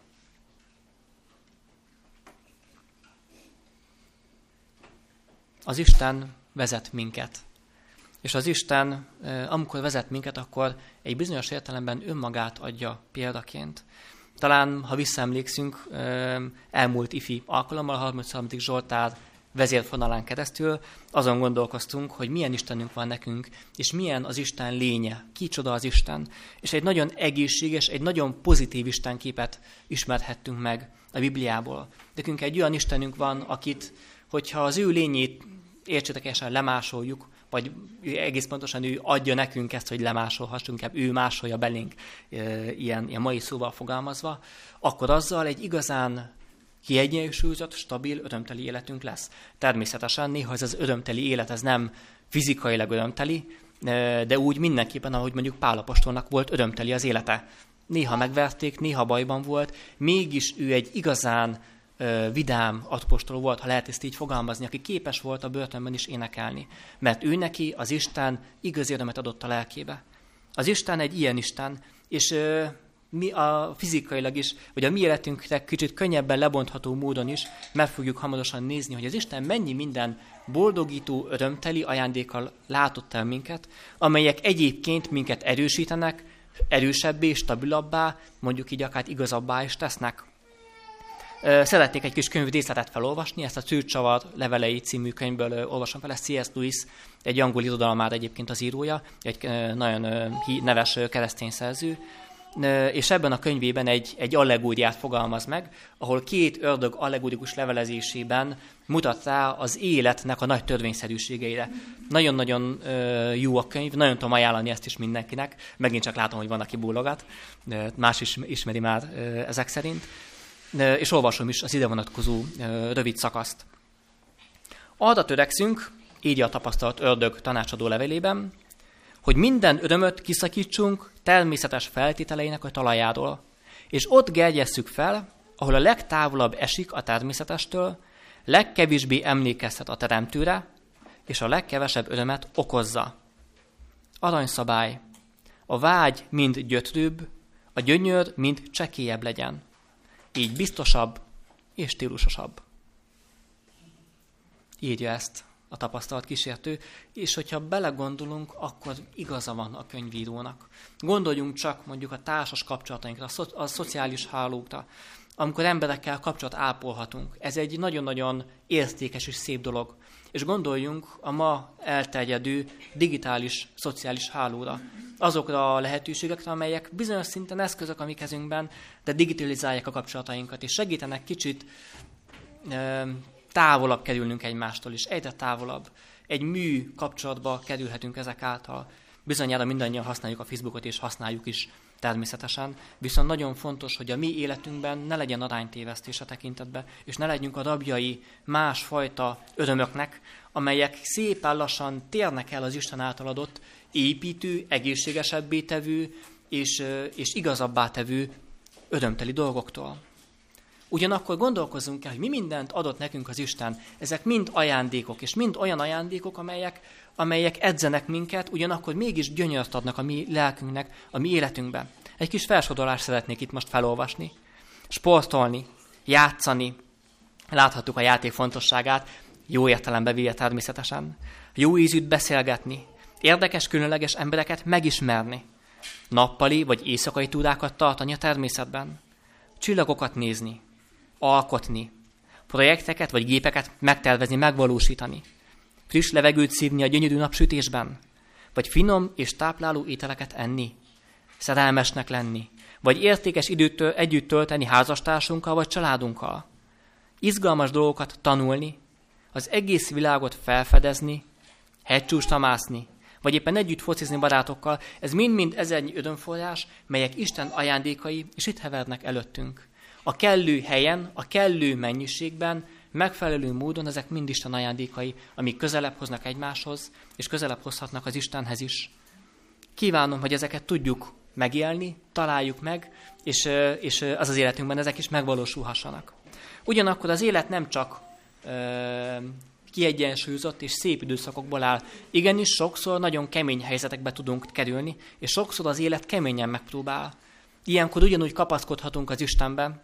Az Isten vezet minket. És az Isten, amikor vezet minket, akkor egy bizonyos értelemben önmagát adja példaként. Talán, ha visszaemlékszünk, elmúlt ifi alkalommal, a harmincharmadik Zsoltár vezérfonalán keresztül azon gondolkoztunk, hogy milyen Istenünk van nekünk, és milyen az Isten lénye, kicsoda az Isten. És egy nagyon egészséges, egy nagyon pozitív Istenképet ismerhettünk meg a Bibliából. Nekünk egy olyan Istenünk van, akit, hogyha az ő lényét értsétekesen lemásoljuk, vagy egész pontosan ő adja nekünk ezt, hogy lemásolhassunk, ő másolja belénk ilyen, ilyen mai szóval fogalmazva, akkor azzal egy igazán kiegyensúlyozott, stabil, örömteli életünk lesz. Természetesen néha ez az örömteli élet, ez nem fizikailag örömteli, de úgy mindenképpen, ahogy mondjuk Pál apostolnak volt örömteli az élete. Néha megverték, néha bajban volt, mégis ő egy igazán vidám apostol volt, ha lehet ezt így fogalmazni, aki képes volt a börtönben is énekelni. Mert ő neki, az Isten igazi örömet adott a lelkébe. Az Isten egy ilyen Isten, és ö, mi a fizikailag is, vagy a mi életünkre kicsit könnyebben lebontható módon is meg fogjuk hamarosan nézni, hogy az Isten mennyi minden boldogító, örömteli ajándékkal látott el minket, amelyek egyébként minket erősítenek, erősebbé, stabilabbá, mondjuk így akár igazabbá is tesznek. Szeretnék egy kis könyv részletet felolvasni, ezt a Csőcsavar levelei című könyvből olvasom fel, ezt C S. Lewis, egy angol irodalmár egyébként az írója, egy nagyon neves keresztény szerző, és ebben a könyvében egy, egy allegóriát fogalmaz meg, ahol két ördög allegórikus levelezésében mutat rá az életnek a nagy törvényszerűségeire. Nagyon-nagyon jó a könyv, nagyon tudom ajánlani ezt is mindenkinek, megint csak látom, hogy van, aki bólogat, más is ismeri már ezek szerint. És olvasom is az ide vonatkozó rövid szakaszt. Arra törekszünk, írja a tapasztalt ördög tanácsadó levelében, hogy minden örömöt kiszakítsunk természetes feltételeinek a talajáról, és ott gerjesszük fel, ahol a legtávolabb esik a természetestől, legkevésbé emlékeztet a teremtőre, és a legkevesebb örömet okozza. Aranyszabály, a vágy mind gyötrőbb, a gyönyör mind csekélyebb legyen. Így biztosabb és stílusosabb. Írja ezt a tapasztalt kísértő, és hogyha belegondolunk, akkor igaza van a könyvírónak. Gondoljunk csak mondjuk a társas kapcsolatainkra, a, szo- a szociális hálókra, amikor emberekkel kapcsolat ápolhatunk. Ez egy nagyon-nagyon értékes és szép dolog. És gondoljunk a ma elterjedő digitális, szociális hálóra, azokra a lehetőségekre, amelyek bizonyos szinten eszközök a mi kezünkben, de digitalizálják a kapcsolatainkat, és segítenek kicsit e, távolabb kerülnünk egymástól is, egyre távolabb. Egy mű kapcsolatba kerülhetünk ezek által. Bizonyára mindannyian használjuk a Facebookot, és használjuk is természetesen, viszont nagyon fontos, hogy a mi életünkben ne legyen aránytévesztés a tekintetben, és ne legyünk a rabjai másfajta örömöknek, amelyek szépen lassan térnek el az Isten által adott, építő, egészségesebbé tevő, és, és igazabbá tevő örömteli dolgoktól. Ugyanakkor gondolkozzunk el, hogy mi mindent adott nekünk az Isten. Ezek mind ajándékok, és mind olyan ajándékok, amelyek, amelyek edzenek minket, ugyanakkor mégis gyönyört adnak a mi lelkünknek, a mi életünkben. Egy kis felsorolást szeretnék itt most felolvasni. Sportolni, játszani, láthattuk a játék fontosságát, jó értelembe véve természetesen. Jó ízűt beszélgetni, érdekes, különleges embereket megismerni, nappali vagy éjszakai túrákat tartani a természetben, csillagokat nézni, alkotni, projekteket vagy gépeket megtervezni, megvalósítani, friss levegőt szívni a gyönyörű napsütésben, vagy finom és tápláló ételeket enni, szerelmesnek lenni, vagy értékes időt együtt tölteni házastársunkkal vagy családunkkal, izgalmas dolgokat tanulni, az egész világot felfedezni, hegycsúcsra mászni, vagy éppen együtt focizni barátokkal, ez mind-mind ezernyi örömforrás, melyek Isten ajándékai, és itt hevernek előttünk. A kellő helyen, a kellő mennyiségben, megfelelő módon ezek mind Isten ajándékai, amik közelebb hoznak egymáshoz, és közelebb hozhatnak az Istenhez is. Kívánom, hogy ezeket tudjuk megélni, találjuk meg, és, és az az életünkben ezek is megvalósulhassanak. Ugyanakkor az élet nem csak ö, kiegyensúlyozott és szép időszakokból áll. Igenis, sokszor nagyon kemény helyzetekbe tudunk kerülni, és sokszor az élet keményen megpróbál. Ilyenkor ugyanúgy kapaszkodhatunk az Istenbe,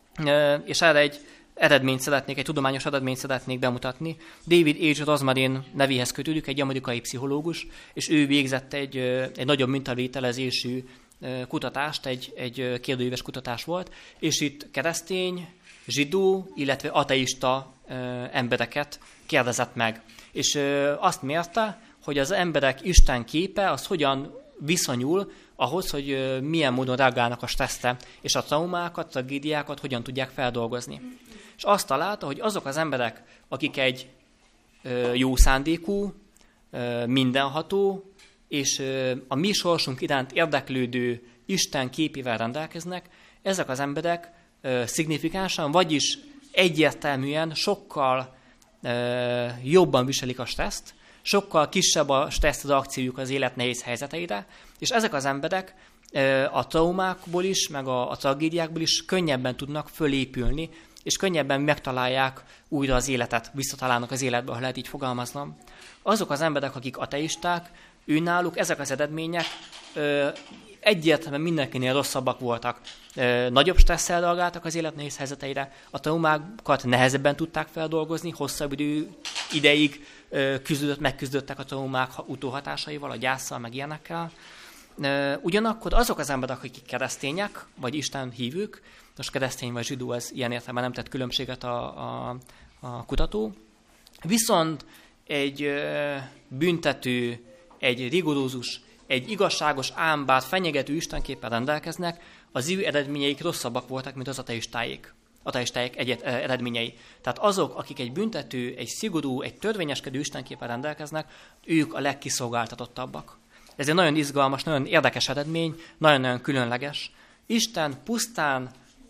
ö, és erre egy eredményt szeretnék, egy tudományos eredményt szeretnék bemutatni. David H. Rosmarin nevéhez kötődik, egy amerikai pszichológus, és ő végzett egy, egy nagyobb mintavételezésű kutatást, egy, egy kérdőíves kutatás volt, és itt keresztény, zsidó, illetve ateista embereket kérdezett meg. És azt mérte, hogy az emberek Isten képe az hogyan viszonyul ahhoz, hogy milyen módon reagálnak a stresszre, és a traumákat, tragédiákat hogyan tudják feldolgozni. És azt találta, hogy azok az emberek, akik egy jó szándékú, mindenható, és a mi sorsunk iránt érdeklődő Isten képével rendelkeznek, ezek az emberek szignifikánsan, vagyis egyértelműen sokkal jobban viselik a stresszt, sokkal kisebb a stressz reakciójuk az élet nehéz helyzeteire, és ezek az emberek a traumákból is, meg a, a tragédiákból is könnyebben tudnak fölépülni, és könnyebben megtalálják újra az életet, visszatalálnak az életbe, ha lehet így fogalmaznom. Azok az emberek, akik ateisták, őnáluk ezek az eredmények ö, egyértelműen mindenkinél rosszabbak voltak. Ö, nagyobb stresszel reagáltak az élet nehéz helyzeteire, a traumákat nehezebben tudták feldolgozni, hosszabb idő, ideig ö, küzdött, megküzdöttek a traumák utóhatásaival, a gyásszal, meg ilyenekkel. Ö, ugyanakkor azok az emberek, akik keresztények, vagy Isten hívők, most keresztény vagy zsidó, ez ilyen értelemben nem tett különbséget a, a, a kutató, viszont egy ö, büntető, egy rigorózus, egy igazságos, ám bár fenyegető istenképpen rendelkeznek, az ő eredményeik rosszabbak voltak, mint az ateistáik. Ateistáik egyet, eredményei. Tehát azok, akik egy büntető, egy szigorú, egy törvényeskedő istenképpen rendelkeznek, ők a legkiszolgáltatottabbak. Ez egy nagyon izgalmas, nagyon érdekes eredmény, nagyon-nagyon különleges. Isten pusztán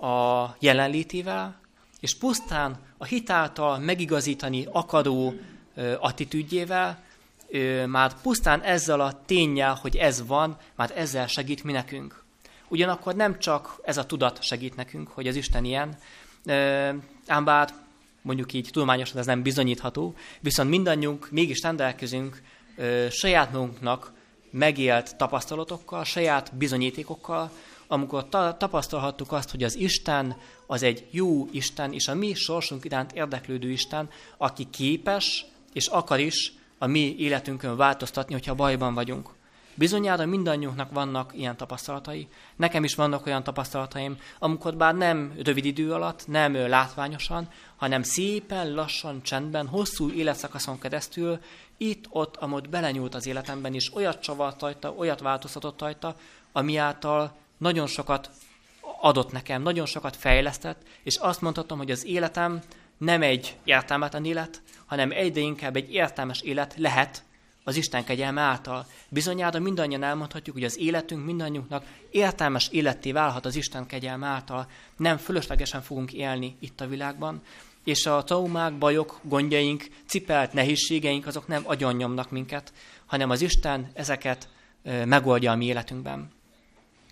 a jelenlétével, és pusztán a hitáltal megigazítani akaró ö, attitűdjével, ö, már pusztán ezzel a ténnyel, hogy ez van, már ezzel segít mi nekünk. Ugyanakkor nem csak ez a tudat segít nekünk, hogy az Isten ilyen, ö, ám bár mondjuk így tudományosan ez nem bizonyítható, viszont mindannyiunk mégis rendelkezünk ö, saját magunknak megélt tapasztalatokkal, saját bizonyítékokkal, amikor ta- tapasztalhattuk azt, hogy az Isten az egy jó Isten, és a mi sorsunk iránt érdeklődő Isten, aki képes és akar is a mi életünkön változtatni, hogyha bajban vagyunk. Bizonyára mindannyiunknak vannak ilyen tapasztalatai. Nekem is vannak olyan tapasztalataim, amikor bár nem rövid idő alatt, nem látványosan, hanem szépen, lassan, csendben, hosszú életszakaszon keresztül, itt-ott, amott belenyúlt az életemben, és olyat csavart rajta, olyat változtatott rajta, ami által nagyon sokat adott nekem, nagyon sokat fejlesztett, és azt mondhatom, hogy az életem nem egy értelmetlen élet, hanem egyre inkább egy értelmes élet lehet az Isten kegyelme által. Bizonyára mindannyian elmondhatjuk, hogy az életünk mindannyiunknak értelmes életté válhat az Isten kegyelme által. Nem fölöslegesen fogunk élni itt a világban, és a traumák, bajok, gondjaink, cipelt nehézségeink, azok nem agyonnyomnak minket, hanem az Isten ezeket megoldja a mi életünkben.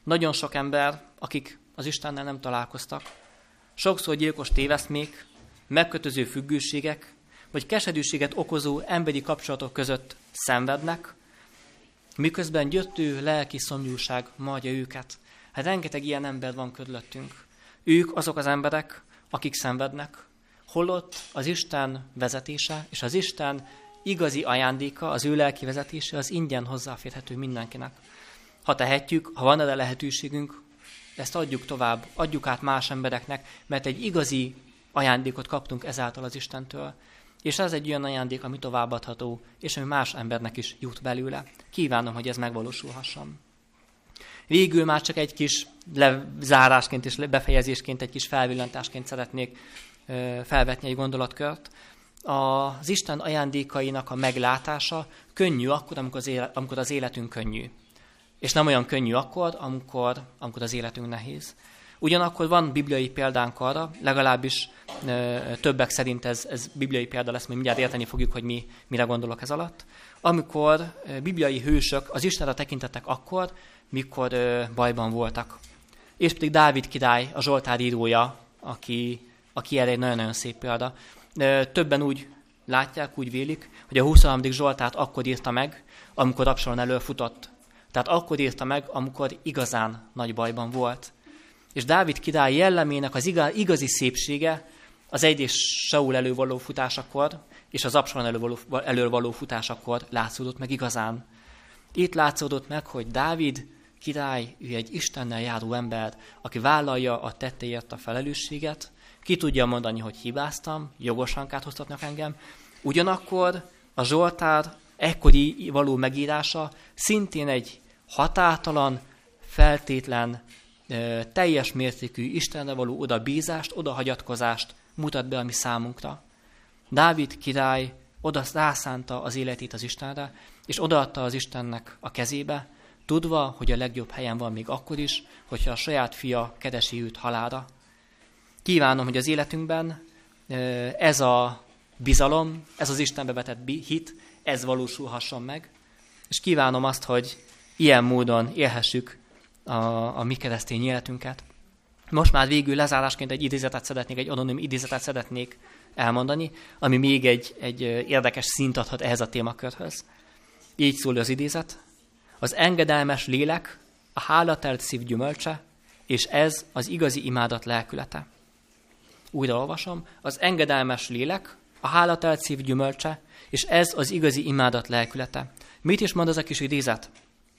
Nagyon sok ember, akik az Istennel nem találkoztak, sokszor gyilkos téveszmék, megkötöző függőségek, vagy keserűséget okozó emberi kapcsolatok között szenvednek, miközben gyötrő lelki szomjúság marja őket. Hát rengeteg ilyen ember van körülöttünk. Ők azok az emberek, akik szenvednek, holott az Isten vezetése és az Isten igazi ajándéka, az ő lelki vezetése az ingyen hozzáférhető mindenkinek. Ha tehetjük, ha van erre lehetőségünk, ezt adjuk tovább, adjuk át más embereknek, mert egy igazi ajándékot kaptunk ezáltal az Istentől. És ez egy olyan ajándék, ami továbbadható, és ami más embernek is jut belőle. Kívánom, hogy ez megvalósulhasson. Végül már csak egy kis lezárásként és befejezésként, egy kis felvillantásként szeretnék felvetni egy gondolatkört. Az Isten ajándékainak a meglátása könnyű akkor, amikor az, élet, amikor az életünk könnyű. És nem olyan könnyű akkor, amikor, amikor az életünk nehéz. Ugyanakkor van bibliai példánk arra, legalábbis e, többek szerint ez, ez bibliai példa lesz, mert mindjárt érteni fogjuk, hogy mi, mire gondolok ez alatt, amikor e, bibliai hősök az Istenre tekintettek akkor, mikor e, bajban voltak. És pedig Dávid király, a Zsoltár írója, aki, aki erre egy nagyon-nagyon szép példa. E, többen úgy látják, úgy vélik, hogy a huszonharmadik Zsoltárt akkor írta meg, amikor Absalom elől futott. Tehát akkor írta meg, amikor igazán nagy bajban volt. És Dávid király jellemének az igazi szépsége az egyrészt Saul elől való futásakor, és az Absalom elől való, elől való futásakor látszódott meg igazán. Itt látszódott meg, hogy Dávid király, ő egy Istennel járó ember, aki vállalja a tettéért a felelősséget, ki tudja mondani, hogy hibáztam, jogosan kárhoztatnak engem. Ugyanakkor a Zsoltár ekkori való megírása szintén egy határtalan, feltétlen, teljes mértékű Istenre való odabízást, odahagyatkozást mutat be a mi számunkra. Dávid király oda rászánta az életét az Istenre, és odaadta az Istennek a kezébe, tudva, hogy a legjobb helyen van még akkor is, hogyha a saját fia keresi őt halálra. Kívánom, hogy az életünkben ez a bizalom, ez az Istenbe vetett hit, ez valósulhasson meg, és kívánom azt, hogy ilyen módon élhessük a, a mi keresztény életünket. Most már végül lezárásként egy idézetet szeretnék, egy anonim idézetet szeretnék elmondani, ami még egy, egy érdekes szint adhat ehhez a témakörhöz. Így szól az idézet. Az engedelmes lélek a hálatelt szív gyümölcse, és ez az igazi imádat lelkülete. Újra olvasom. Az engedelmes lélek a hálatelt szív gyümölcse, és ez az igazi imádat lelkülete. Mit is mond az a kis idézet?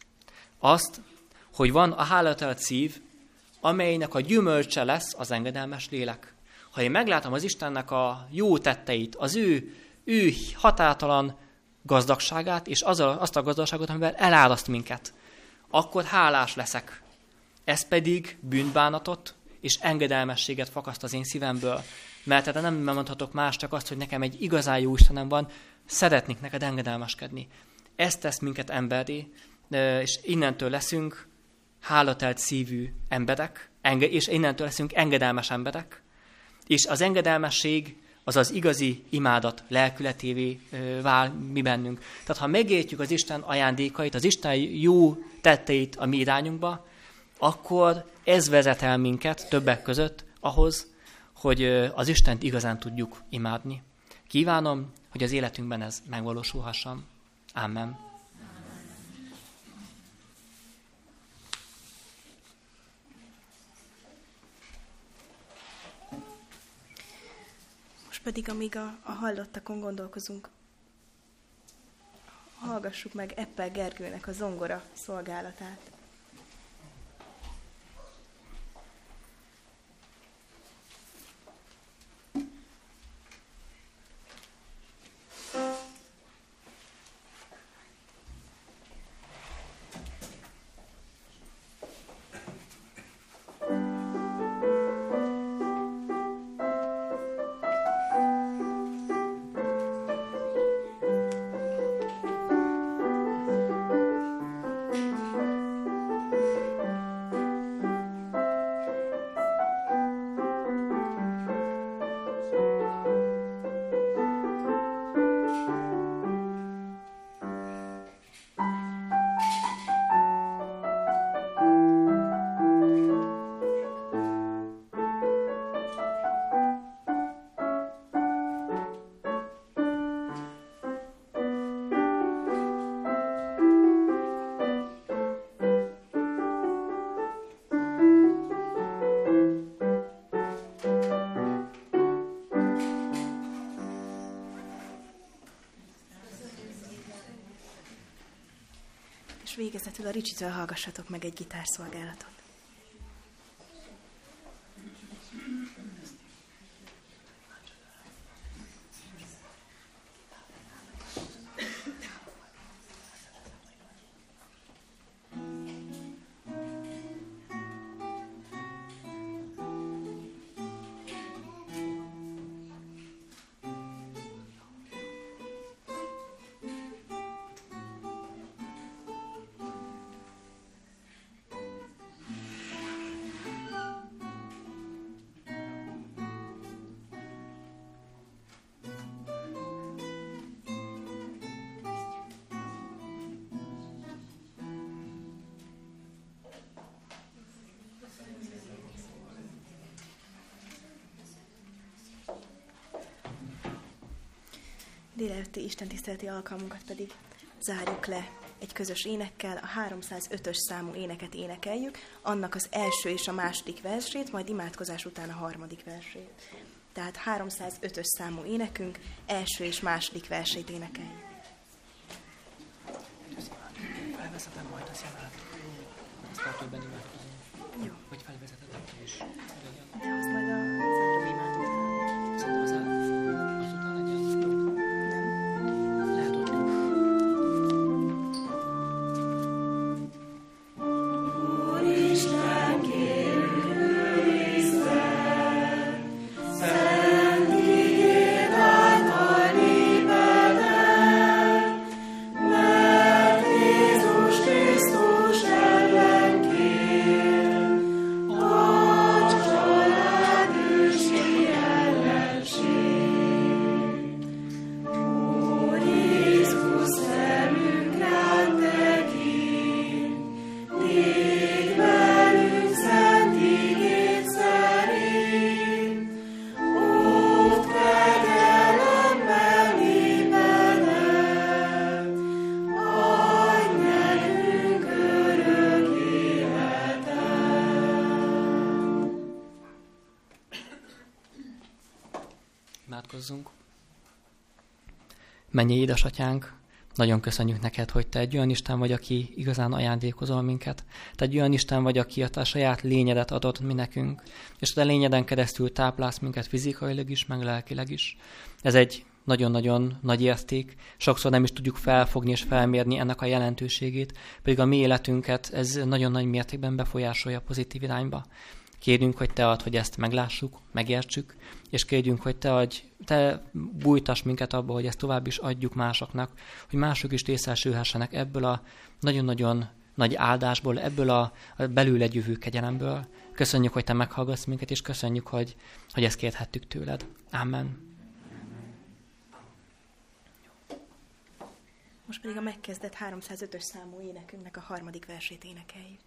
Azt, hogy van a hálatelt szív, amelynek a gyümölcse lesz az engedelmes lélek. Ha én meglátom az Istennek a jó tetteit, az ő, ő határtalan gazdagságát, és az a, azt a gazdagságot, amivel eláraszt minket, akkor hálás leszek. Ez pedig bűnbánatot és engedelmességet fakaszt az én szívemből. Mert erre nem mondhatok más, csak azt, hogy nekem egy igazán jó Istenem van, szeretnék neked engedelmeskedni. Ez tesz minket emberré, és innentől leszünk hálatelt szívű emberek, és innentől leszünk engedelmes emberek, és az engedelmesség az az igazi imádat lelkületévé vál mi bennünk. Tehát ha megértjük az Isten ajándékait, az Isten jó tetteit a mi irányunkba, akkor ez vezet el minket többek között ahhoz, hogy az Istent igazán tudjuk imádni. Kívánom, hogy az életünkben ez megvalósulhasson. Amen. Most pedig, amíg a, a hallottakon gondolkozunk, hallgassuk meg Eppel Gergőnek a zongora szolgálatát. végezetül a Ricsitől hallgassatok meg egy gitárszolgálatot. Délelőtti istentiszteleti alkalmunkat pedig zárjuk le egy közös énekkel, a háromszázötös számú éneket énekeljük, annak az első és a második versét, majd imádkozás után a harmadik versét. Tehát háromszázötös számú énekünk, első és második versét énekeljük. Felvezetem majd az jelet. Azt kell többen imádkozni. Jó. Vagy felvezeted akkor is. De azt majd a záró imát után. Szerintem az áll. Azt után legyen. Nem. Lehet ott is. Úristen, kérünk, őrizzel, szent igéd által népedet, mert Jézus Krisztus ellen kér, adj család ősi ellenség. Úr Jézus, szemünk rád tekint, tégy velünk szent igéd szerint, óvd kegyelemmel népedet, adj nekünk örök életet. Imádkozzunk. Mennyei édesatyánk, nagyon köszönjük neked, hogy te egy olyan Isten vagy, aki igazán ajándékozol minket. Te egy olyan Isten vagy, aki a saját lényedet adott mi nekünk, és te lényeden keresztül táplálsz minket fizikailag is, meg lelkileg is. Ez egy nagyon-nagyon nagy érték, sokszor nem is tudjuk felfogni és felmérni ennek a jelentőségét, pedig a mi életünket ez nagyon nagy mértékben befolyásolja pozitív irányba. Kérjünk, hogy te add, hogy ezt meglássuk, megértsük, és kérjünk, hogy te adj, te bújtass minket abba, hogy ezt tovább is adjuk másoknak, hogy mások is részesülhessenek ebből a nagyon-nagyon nagy áldásból, ebből a belőled jövő kegyelemből. Köszönjük, hogy te meghallgatsz minket, és köszönjük, hogy, hogy ezt kérhettük tőled. Amen. Most pedig a megkezdett háromszázötös számú énekünknek a harmadik versét énekeljük.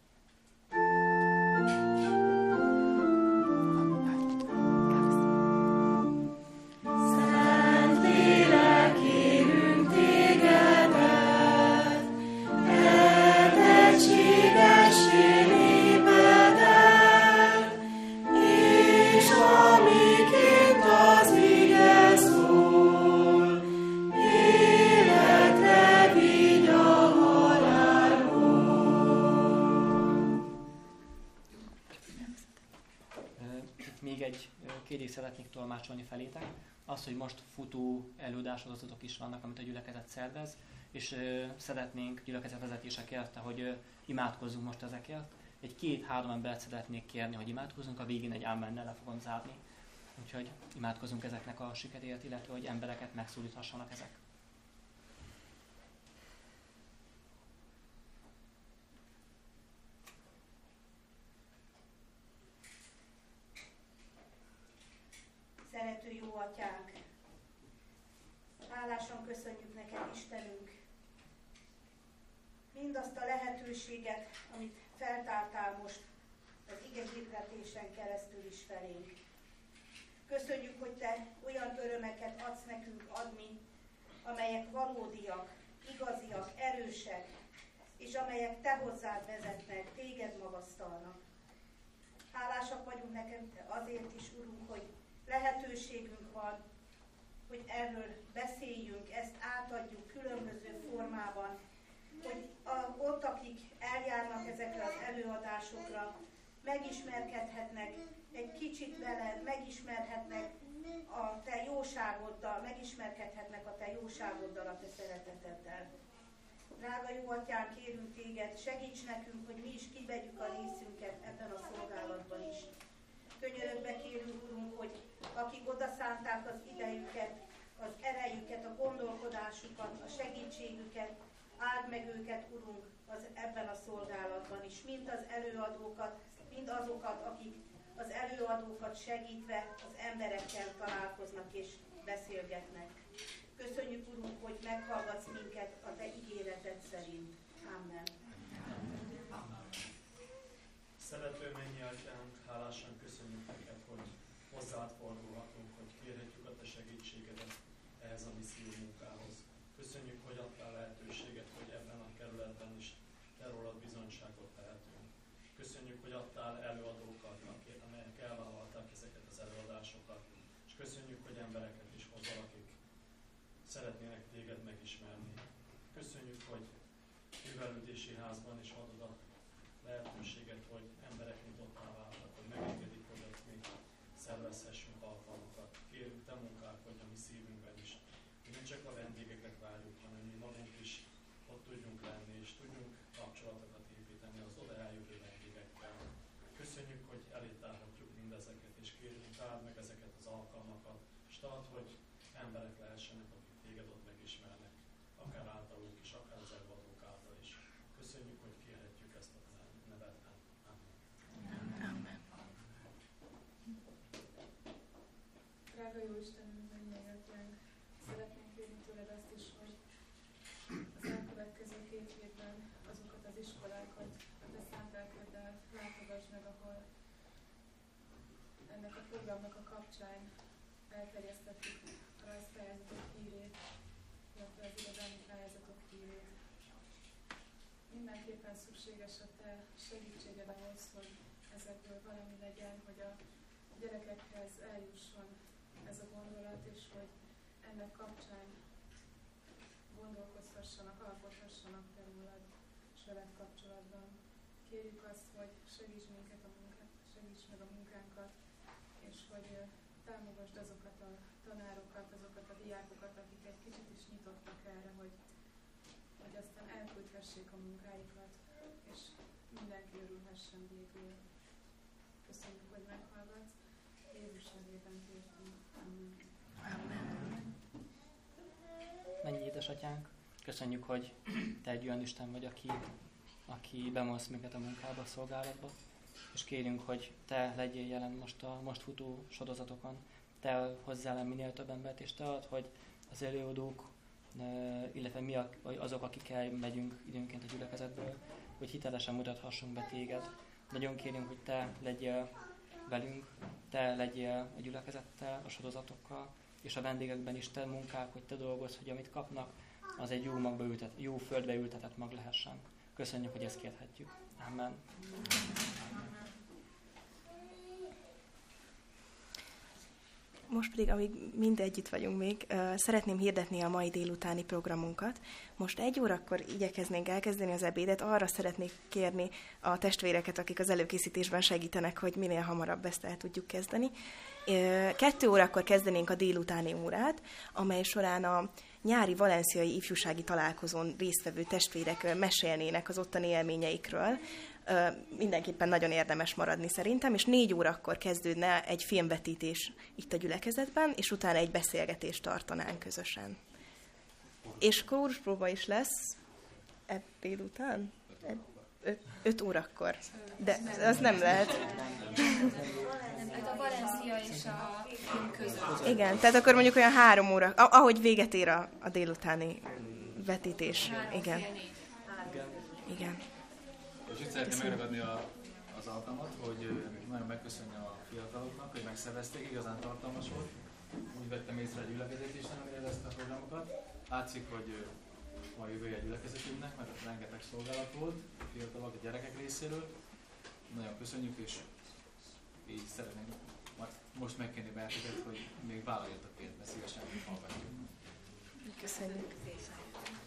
Szent Lélek, kérünk tégedet, edd egységessé népedet, és amiként az ige szól, életre vigy a halálból. Itt még egy kérdést szeretnék tolmácsolni felétek. Az, hogy most futó előadásozatok is vannak, amit a gyülekezet szervez, és ö, szeretnénk gyülekezet vezetése kérte, hogy ö, imádkozzunk most ezekért. Egy két-három embert szeretnék kérni, hogy imádkozzunk, a végén egy ámennel le fogom zárni. Úgyhogy imádkozzunk ezeknek a sikeréért, illetve hogy embereket megszólíthassanak ezek. Szerető jó atyánk, hálásan köszönjük neked, Istenünk, mindazt a lehetőséget, amit feltártál most az ige hirdetésen keresztül is felénk. Köszönjük, hogy te olyan örömeket adsz nekünk adni, amelyek valódiak, igaziak, erősek, és amelyek te hozzád vezetnek, téged magasztalnak. Hálásak vagyunk neked azért is, Urunk, hogy lehetőségünk van, hogy erről beszéljünk, ezt átadjuk különböző formában, hogy a, ott, akik eljárnak ezekre az előadásokra, megismerkedhetnek egy kicsit vele, megismerhetnek a te jóságoddal, megismerkedhetnek a te jóságoddal, a te szereteteddel. Drága jó atyánk, kérünk téged, segíts nekünk, hogy mi is kivegyük a részünket ebben a szolgálatban is. Könyörögbe kérünk, Urunk, hogy akik odaszánták az idejüket, az erejüket, a gondolkodásukat, a segítségüket, áld meg őket, Urunk, az ebben a szolgálatban is. Mind az előadókat, mind azokat, akik az előadókat segítve az emberekkel találkoznak és beszélgetnek. Köszönjük, Urunk, hogy meghallgatsz minket a te ígéreted szerint. Amen. Szerető mennyi atyánk, hálásan köszönjük neked, hogy hozzád fordulhatunk, hogy kérhetjük a te segítségedet ehhez a misszió munkához. Köszönjük, hogy adtál lehetőséget, hogy ebben a kerületben is te rólad bizonyságot tehetünk. Köszönjük, hogy adtál előadókat, amelyek elvállalták ezeket az előadásokat, és köszönjük, hogy embereket is hozzal, akik szeretnének téged megismerni. Köszönjük, hogy művelődési házban is adod a lehetőséget, hogy emberek nyitottá váltak, hogy megengedik, hogy ott mi szervezhessünk alkalmakat. Kérünk, te munkálkodj a mi szívünkben is. Mi nem csak a vendégeket várjuk, hanem mi magunk is ott tudjunk lenni, és tudjunk kapcsolatokat építeni az oda eljövő vendégekkel. Köszönjük, hogy elétárhatjuk mindezeket, és kérünk, áld meg ezeket az alkalmakat, és tart, hogy emberek lehessenek, akik téged ott megismernek, akár általunk is, akár az előadók által is. Köszönjük, hogy kérhetjük ezt a nevedben. Amen. Drága jó Istenünk, mennyei atyánk, szeretnénk kérni tőled azt is, hogy az elkövetkező két hétben azokat az iskolákat, a te szánt lelkeddel látogass meg, ahol ennek a programnak a kapcsán elterjesztettük a rajzpályázatok hírét, illetve az irodalmi pályázatok hírét. Mindenképpen szükséges a te segítséged ahhoz, hogy ezekből valami legyen, hogy a gyerekekhez eljusson ez a gondolat, és hogy ennek kapcsán gondolkozhassanak, alkothassanak te rólad és veled kapcsolatban. Kérjük azt, hogy segíts minket a munkát, segíts meg a munkánkat, és hogy támogasd azokat a tanárokat, azokat a diákokat, akik egy kicsit is nyitottak erre, hogy, hogy aztán elküldhessék a munkáikat, és mindenki örülhessen végül. Köszönjük, hogy meghallgatsz. Jézus nevében kértünk. Amen. Amen. Mennyi édesatyánk, köszönjük, hogy te egy olyan Isten vagy, aki, aki bemolsz minket a munkába, a szolgálatba, és kérünk, hogy te legyél jelen most a most futó sorozatokon, te hozzá le minél több embert, és te ad, hogy az előadók, illetve mi azok, akikkel megyünk időnként a gyülekezetből, hogy hitelesen mutathassunk be téged. Nagyon kérünk, hogy te legyél velünk, te legyél a gyülekezettel, a sorozatokkal, és a vendégekben is te munkák, hogy te dolgozz, hogy amit kapnak, az egy jó, magba ültet, jó földbe ültetett mag lehessen. Köszönjük, hogy ezt kérhetjük. Amen. Most pedig, amíg mind együtt vagyunk még, szeretném hirdetni a mai délutáni programunkat. Most egy órakor igyekeznénk elkezdeni az ebédet, arra szeretnék kérni a testvéreket, akik az előkészítésben segítenek, hogy minél hamarabb ezt el tudjuk kezdeni. Kettő órakor kezdenénk a délutáni órát, amely során a nyári valenciai ifjúsági találkozón résztvevő testvérek mesélnének az ottani élményeikről. Mindenképpen nagyon érdemes maradni szerintem, és négy órakor kezdődne egy filmvetítés itt a gyülekezetben, és utána egy beszélgetést tartanánk közösen. És kóruspróba is lesz ebb délután? Öt, öt órakor. De az nem lehet. A Valencia és a film között. Igen, tehát akkor mondjuk olyan három óra, ahogy véget ér a, a délutáni vetítés. Igen. Igen. És itt szeretném megragadni a, az alkalmat, hogy nagyon megköszönni a fiataloknak, hogy megszervezték, igazán tartalmas volt. Úgy vettem észre a gyülekezetésen, amire ezt a programokat. Látszik, hogy ma jövője a gyülekezetünknek, mert ott rengeteg szolgálat volt, a fiatalok, a gyerekek részéről. Nagyon köszönjük, és így szeretnénk most megkérni benneteket, hogy még vállaljatok pénzt, mert szívesen hallgatjuk. Köszönjük.